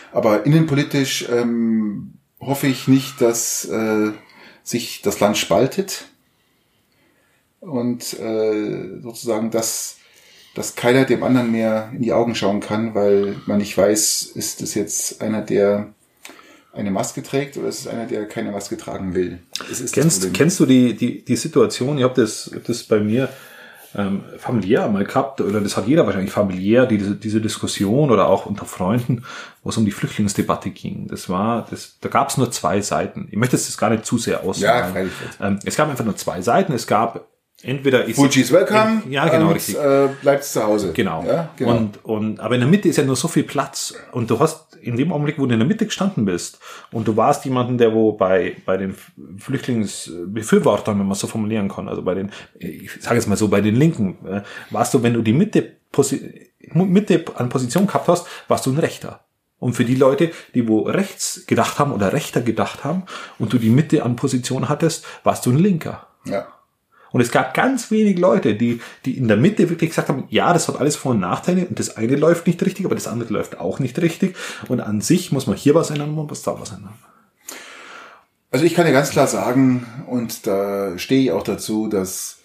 Aber innenpolitisch hoffe ich nicht, dass sich das Land spaltet und sozusagen, dass keiner dem anderen mehr in die Augen schauen kann, weil man nicht weiß, ist es jetzt einer, der eine Maske trägt oder ist es einer, der keine Maske tragen will? Kennst du die Situation, ich habe das bei mir familiär mal gehabt, oder das hat jeder wahrscheinlich familiär, diese Diskussion oder auch unter Freunden, wo es um die Flüchtlingsdebatte ging. Da gab es nur zwei Seiten. Ich möchte das gar nicht zu sehr aussagen. Ja, freilich. Es gab einfach nur zwei Seiten. Es gab entweder Fuji's welcome, ja, genau, richtig. Bleibt zu Hause. Genau. Ja, genau. Aber in der Mitte ist ja nur so viel Platz. Und du hast in dem Augenblick, wo du in der Mitte gestanden bist und du warst jemanden, der wo bei den Flüchtlingsbefürwortern, wenn man es so formulieren kann, also ich sage jetzt mal so, bei den Linken, warst du, wenn du die Mitte an Position gehabt hast, warst du ein Rechter. Und für die Leute, die wo rechts gedacht haben oder rechter gedacht haben und du die Mitte an Position hattest, warst du ein Linker. Ja. Und es gab ganz wenig Leute, die in der Mitte wirklich gesagt haben, ja, das hat alles Vor- und Nachteile und das eine läuft nicht richtig, aber das andere läuft auch nicht richtig. Und an sich muss man hier was ändern und was da was ändern. Also ich kann dir ganz klar sagen, und da stehe ich auch dazu, dass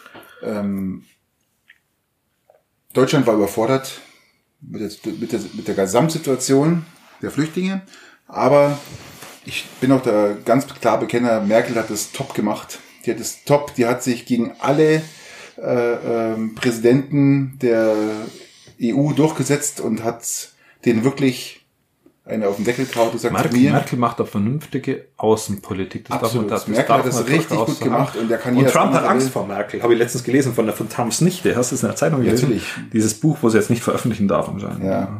Deutschland war überfordert mit der Gesamtsituation der Flüchtlinge, aber ich bin auch der ganz klar Bekenner, Merkel hat das top gemacht. Die hat sich gegen alle Präsidenten der EU durchgesetzt und hat denen wirklich eine auf den Deckel gehauen. Merkel macht eine vernünftige Außenpolitik. Absolut. Merkel hat das richtig gut gemacht. Und Trump hat Angst vor Merkel. Habe ich letztens gelesen von Trumps Nichte. Hast du es in der Zeitung gelesen? Natürlich. Dieses Buch, wo sie jetzt nicht veröffentlichen darf anscheinend. Ja.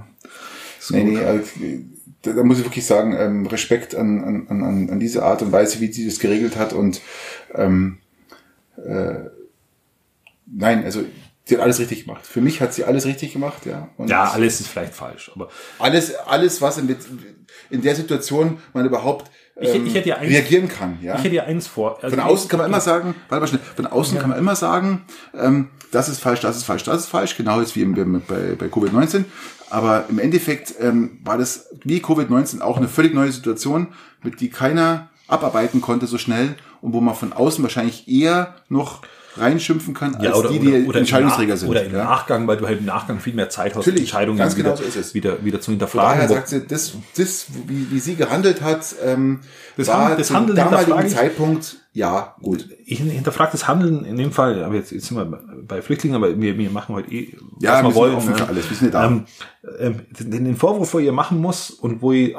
Da muss ich wirklich sagen, Respekt an diese Art und Weise, wie sie das geregelt hat. Und nein, also sie hat alles richtig gemacht. Für mich hat sie alles richtig gemacht, ja. Und ja, alles ist vielleicht falsch, aber alles, was in der Situation man überhaupt reagieren kann, ja. Ich hätte ja eins vor. Also von außen kann man immer sagen, kann man immer sagen, das ist falsch, das ist falsch, das ist falsch, genau jetzt wie bei Covid-19. Aber im Endeffekt war das wie Covid-19 auch eine völlig neue Situation, mit die keiner abarbeiten konnte so schnell und wo man von außen wahrscheinlich eher noch reinschimpfen kann, als die Entscheidungsträger sind. Oder im Nachgang, weil du halt im Nachgang viel mehr Zeit hast, natürlich, Entscheidungen ganz genau wieder, so ist es. wieder zu hinterfragen. Daher sagt sie, das wie sie gehandelt hat, das war das zum Handeln damaligen Zeitpunkt, ja, gut. Ich hinterfrage das Handeln in dem Fall, aber jetzt sind wir bei Flüchtlingen, aber wir machen heute was wir wollen. Offen für alles. Wir sind da. Den Vorwurf, wo ihr machen muss und wo ihr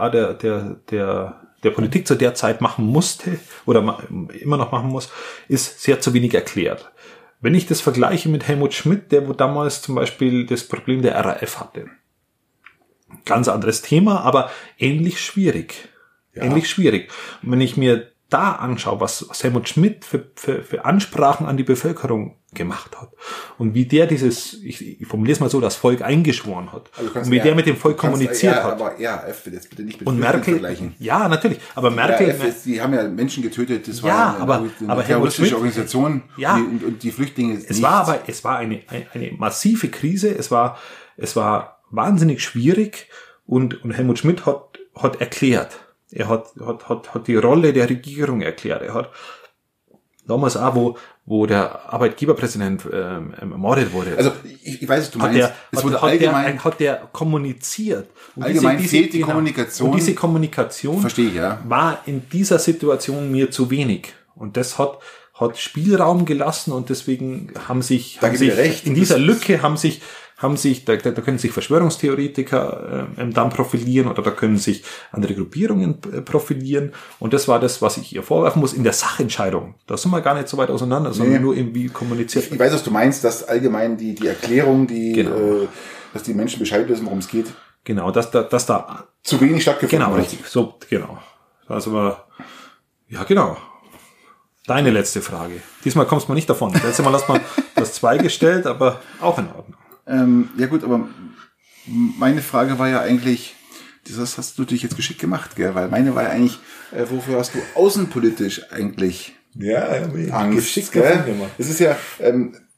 der Politik zu der Zeit machen musste oder immer noch machen muss, ist sehr zu wenig erklärt. Wenn ich das vergleiche mit Helmut Schmidt, der wo damals zum Beispiel das Problem der RAF hatte. Ganz anderes Thema, aber ähnlich schwierig. Ja. Ähnlich schwierig. Und wenn ich mir da anschaue, was Helmut Schmidt für Ansprachen an die Bevölkerung gemacht hat und wie der ich formuliere es mal so, das Volk eingeschworen hat und wie der mit dem Volk kommuniziert hat. Aber RAF will jetzt bitte nicht mit und Merkel vergleichen. Ja, natürlich, aber Merkel... die haben ja Menschen getötet, das war eine terroristische Organisation und die Flüchtlinge es war eine massive Krise, es war wahnsinnig schwierig und Helmut Schmidt hat erklärt. Er hat die Rolle der Regierung erklärt. Er hat damals auch, wo der Arbeitgeberpräsident ermordet wurde. Also ich weiß, was du meinst. Hat der kommuniziert. Und allgemein fehlt die Kommunikation. Und diese Kommunikation verstehe ich, ja, war in dieser Situation mir zu wenig. Und das hat Spielraum gelassen und deswegen haben sich in dieser Lücke da können sich Verschwörungstheoretiker dann profilieren oder da können sich andere Gruppierungen profilieren. Und das war das, was ich ihr vorwerfen muss in der Sachentscheidung. Da sind wir gar nicht so weit auseinander, sondern nur irgendwie kommuniziert. Ich weiß, was du meinst, dass allgemein die Erklärung, dass die Menschen Bescheid wissen, worum es geht. Genau, dass da zu wenig stattgefunden hat. Genau, richtig. So, genau. Also genau. Deine letzte Frage. Diesmal kommst du mal nicht davon. Letztes Mal hast du das 2 gestellt, aber auch in Ordnung. Ja gut, aber meine Frage war ja eigentlich, das hast du natürlich jetzt geschickt gemacht, gell? Weil meine war ja eigentlich, wofür hast du außenpolitisch eigentlich Angst? Gell? Das ist ja,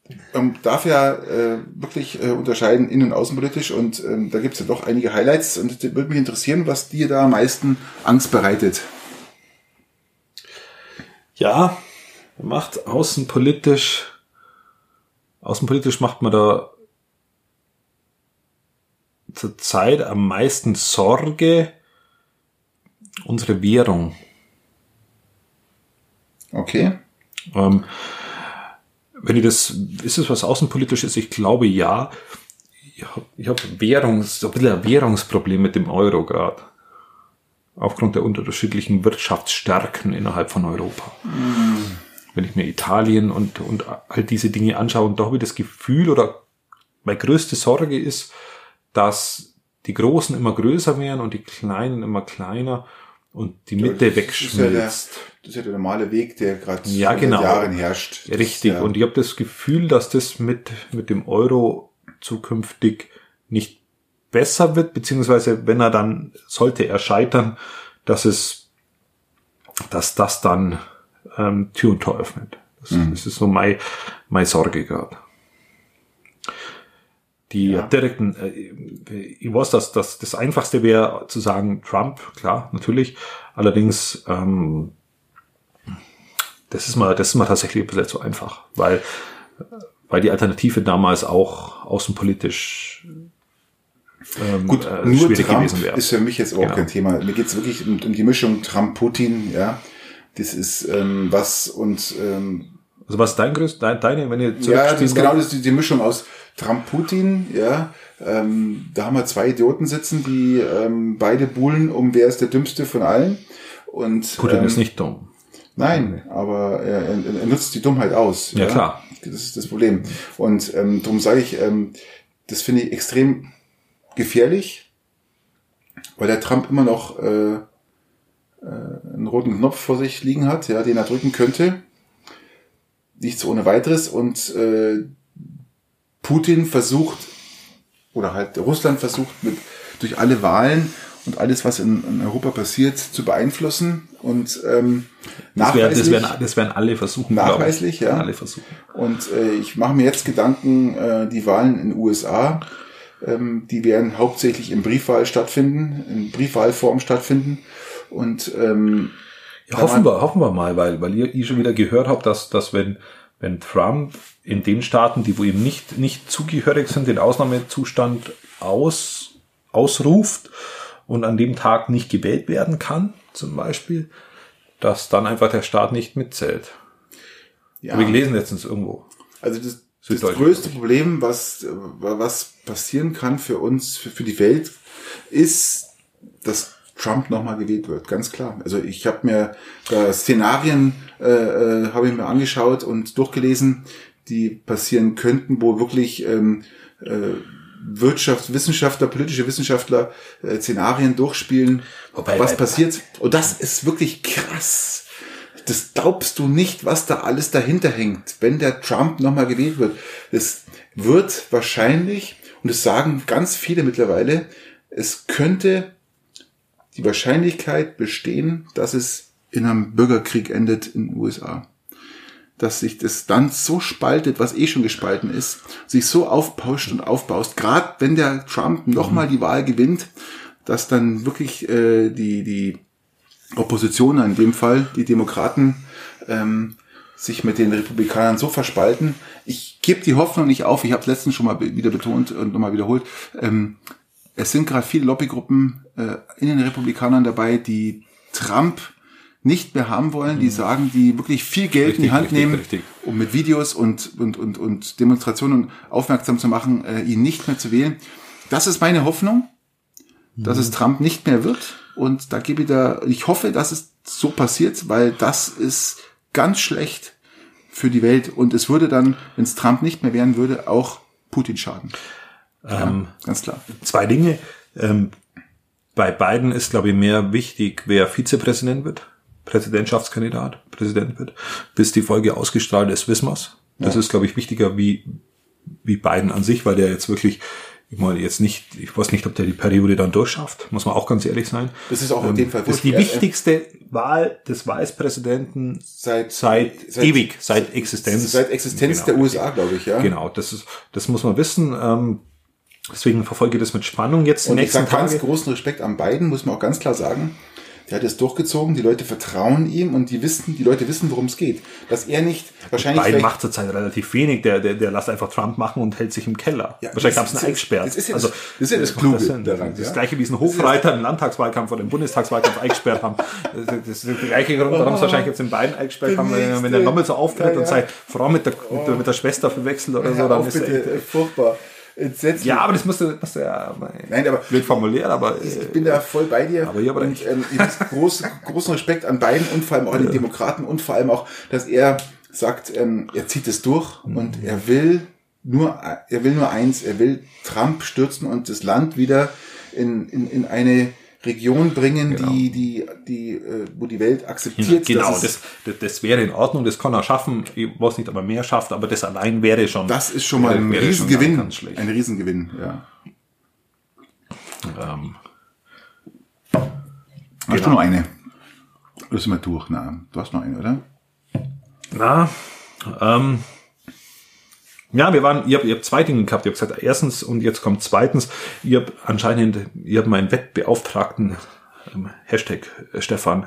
man darf ja wirklich unterscheiden innen- und außenpolitisch und da gibt es ja doch einige Highlights und es würde mich interessieren, was dir da am meisten Angst bereitet. Ja, macht außenpolitisch macht man da zurzeit am meisten Sorge unsere Währung. Okay. Wenn ich das, ist es was Außenpolitisches? Ich glaube ja. Ich hab so ein bisschen ein Währungsproblem mit dem Euro gerade. Aufgrund der unterschiedlichen Wirtschaftsstärken innerhalb von Europa. Wenn ich mir Italien und all diese Dinge anschaue, und da habe ich das Gefühl, oder meine größte Sorge ist, dass die Großen immer größer werden und die Kleinen immer kleiner und die Mitte wegschmilzt. Das ist ja der normale Weg, der gerade seit Jahren herrscht. Richtig. Und ich habe das Gefühl, dass das mit dem Euro zukünftig nicht besser wird, beziehungsweise wenn er dann, sollte er scheitern, dass das dann Tür und Tor öffnet. Das ist so meine Sorge gerade. Die direkten, ich weiß, dass das Einfachste wäre zu sagen Trump, klar, natürlich. Allerdings, das ist mal tatsächlich ein bisschen zu einfach, weil die Alternative damals auch außenpolitisch gut, nur schwierig Trump gewesen wäre. Ist für mich jetzt überhaupt kein Thema. Mir geht es wirklich um die Mischung Trump-Putin, ja. Das ist was uns also was ist deine, wenn ihr ja, das ist genau die Mischung aus Trump-Putin, ja. Da haben wir zwei Idioten sitzen, die beide buhlen um wer ist der Dümmste von allen. Und Putin ist nicht dumm. Nein, aber er nutzt die Dummheit aus. Ja, klar. Das ist das Problem. Und darum sage ich, das finde ich extrem gefährlich, weil der Trump immer noch einen roten Knopf vor sich liegen hat, ja, den er drücken könnte. Nicht so ohne weiteres. Und Putin versucht, oder halt Russland versucht, durch alle Wahlen und alles, was in Europa passiert, zu beeinflussen. Und nachweislich. Das werden alle versuchen. Nachweislich, ja. Alle versuchen. Und ich mache mir jetzt Gedanken, die Wahlen in den USA, die werden hauptsächlich in Briefwahlform stattfinden. Und hoffen wir mal, weil ich schon wieder gehört habe, dass wenn Trump in den Staaten, die wo ihm nicht zugehörig sind, den Ausnahmezustand ausruft und an dem Tag nicht gewählt werden kann, zum Beispiel, dass dann einfach der Staat nicht mitzählt. Ja. Habe ich gelesen letztens irgendwo. Also das größte Problem, was passieren kann für uns, für die Welt, ist, dass Trump nochmal gewählt wird, ganz klar. Also ich habe mir Szenarien habe ich mir angeschaut und durchgelesen, die passieren könnten, wo wirklich Wissenschaftler, politische Wissenschaftler Szenarien durchspielen, was passiert. Und das ist wirklich krass. Das glaubst du nicht, was da alles dahinter hängt, wenn der Trump nochmal gewählt wird. Es wird wahrscheinlich, und das sagen ganz viele mittlerweile, es könnte die Wahrscheinlichkeit bestehen, dass es in einem Bürgerkrieg endet in den USA. Dass sich das dann so spaltet, was schon gespalten ist, sich so aufpauscht und aufbaust, gerade wenn der Trump nochmal die Wahl gewinnt, dass dann wirklich die Opposition, in dem Fall die Demokraten, sich mit den Republikanern so verspalten. Ich gebe die Hoffnung nicht auf, ich habe es letztens schon mal wieder betont und nochmal wiederholt, es sind gerade viele Lobbygruppen in den Republikanern dabei, die Trump nicht mehr haben wollen, die sagen, die wirklich viel Geld in die Hand nehmen, um mit Videos und Demonstrationen aufmerksam zu machen, ihn nicht mehr zu wählen. Das ist meine Hoffnung, dass es Trump nicht mehr wird. Und ich hoffe, dass es so passiert, weil das ist ganz schlecht für die Welt. Und es würde dann, wenn es Trump nicht mehr werden würde, auch Putin schaden. Ganz klar. Zwei Dinge. Bei Biden ist, glaube ich, mehr wichtig, wer Vizepräsident wird, Präsident wird. Bis die Folge ausgestrahlt ist, wissen wir's. Das ist, glaube ich, wichtiger wie Biden an sich, weil der jetzt wirklich Ich meine jetzt nicht, ich weiß nicht, ob der die Periode dann durchschafft, muss man auch ganz ehrlich sein. Das ist auch in dem Fall das ist die wichtigste Wahl des Vicepräsidenten seit Existenz. Seit Existenz der USA, glaube ich, ja. Genau, das muss man wissen. Deswegen verfolge ich das mit Spannung jetzt die nächsten Tage. Ganz großen Respekt an Biden, muss man auch ganz klar sagen. Der hat es durchgezogen, die Leute vertrauen ihm und die Leute wissen, worum es geht. Dass er nicht wahrscheinlich. Biden macht zurzeit relativ wenig, der lässt einfach Trump machen und hält sich im Keller. Ja, wahrscheinlich gab es einen eingesperrt. Das ist ja das Kluge daran. Das gleiche wie es einen Hofreiter im Landtagswahlkampf oder im Bundestagswahlkampf eingesperrt haben. Das ist der gleiche Grund, warum sie wahrscheinlich jetzt den Biden eingesperrt haben, wenn der nochmal so auftritt und seine Frau mit der Schwester verwechselt oder so, dann ist er furchtbar. Entsetzlich. Ja, aber das musst du ja blöd formuliert, aber ich bin da voll bei dir. Aber ich habe großen Respekt an beiden und vor allem auch an den Demokraten und vor allem auch, dass er sagt, er zieht es durch und er will nur eins, er will Trump stürzen und das Land wieder in eine Region bringen, genau. die wo die Welt akzeptiert. Genau, das wäre in Ordnung, das kann er schaffen. Ich weiß nicht, ob er mehr schafft, aber das allein wäre schon. Das ist schon mal ein Riesengewinn. Ein Riesengewinn, ja. Hast du noch eine? Lass mal durch. Na, du hast noch eine, oder? Ja, ihr habt zwei Dinge gehabt. Ihr habt gesagt, erstens und jetzt kommt zweitens. Ihr habt meinen Wettbeauftragten, Hashtag Stefan,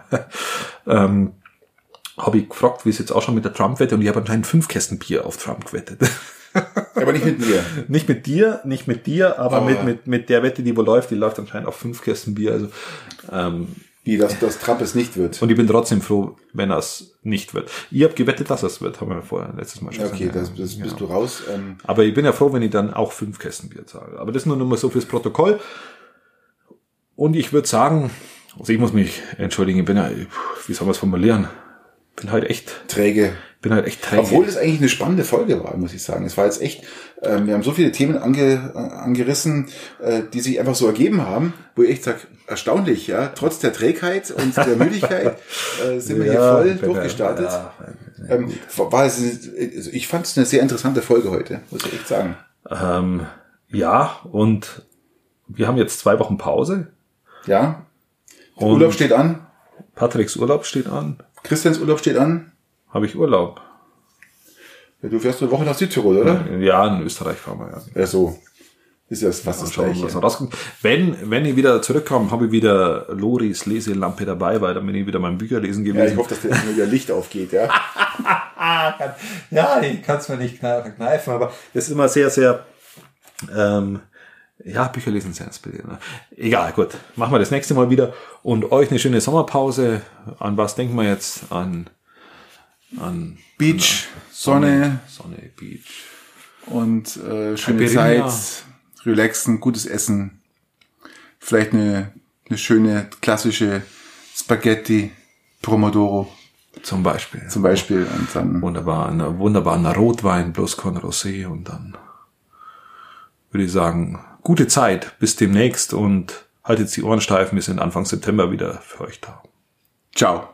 habe ich gefragt, wie es jetzt auch schon mit der Trump-Wette, und ich habe anscheinend 5 Kästen Bier auf Trump gewettet. Aber nicht mit mir. Nicht mit dir, aber mit der Wette, die wo läuft, die läuft anscheinend auf 5 Kästen Bier. Also, dass Trump es nicht wird. Und ich bin trotzdem froh, wenn er es nicht wird. Ich habe gewettet, dass er es wird, haben wir vorher letztes Mal schon gesagt. Okay, das bist du raus. Aber ich bin ja froh, wenn ich dann auch 5 Kästen Bier zahle. Aber das nur noch mal so fürs Protokoll. Und ich würde sagen, also ich muss mich entschuldigen, ich bin ja, wie soll man es formulieren? Bin halt echt träge. Obwohl es eigentlich eine spannende Folge war, muss ich sagen. Es war jetzt echt, wir haben so viele Themen angerissen, die sich einfach so ergeben haben, wo ich echt sage, erstaunlich, ja, trotz der Trägheit und der Müdigkeit sind wir hier voll durchgestartet. Ich fand es eine sehr interessante Folge heute, muss ich echt sagen. Ja, und wir haben jetzt 2 Wochen Pause. Ja. Urlaub steht an. Patricks Urlaub steht an. Christians Urlaub steht an. Habe ich Urlaub. Ja, du fährst eine Woche nach Südtirol, oder? Ja, in Österreich fahren wir, ja. Ja, so. Ist ja fast das Gleiche. Was rauskommt. Wenn ich wieder zurückkomme, habe ich wieder Loris Leselampe dabei, weil dann bin ich wieder mein Bücherlesen gewesen. Ja, ich hoffe, dass da wieder Licht aufgeht, ja. Ja, ich kann es mir nicht verkneifen, aber das ist immer sehr, sehr, Bücherlesen sehr inspirierend. Ne? Egal, gut. Machen wir das nächste Mal wieder. Und euch eine schöne Sommerpause. An was denken wir jetzt? An Beach, Sonne, Beach. Und schöne Zeit, relaxen, gutes Essen. Vielleicht eine schöne, klassische Spaghetti Pomodoro. Zum Beispiel. Und dann wunderbaren Rotwein plus Con Rosé, und dann würde ich sagen, gute Zeit, bis demnächst, und haltet die Ohren steif, wir sind Anfang September wieder für euch da. Ciao.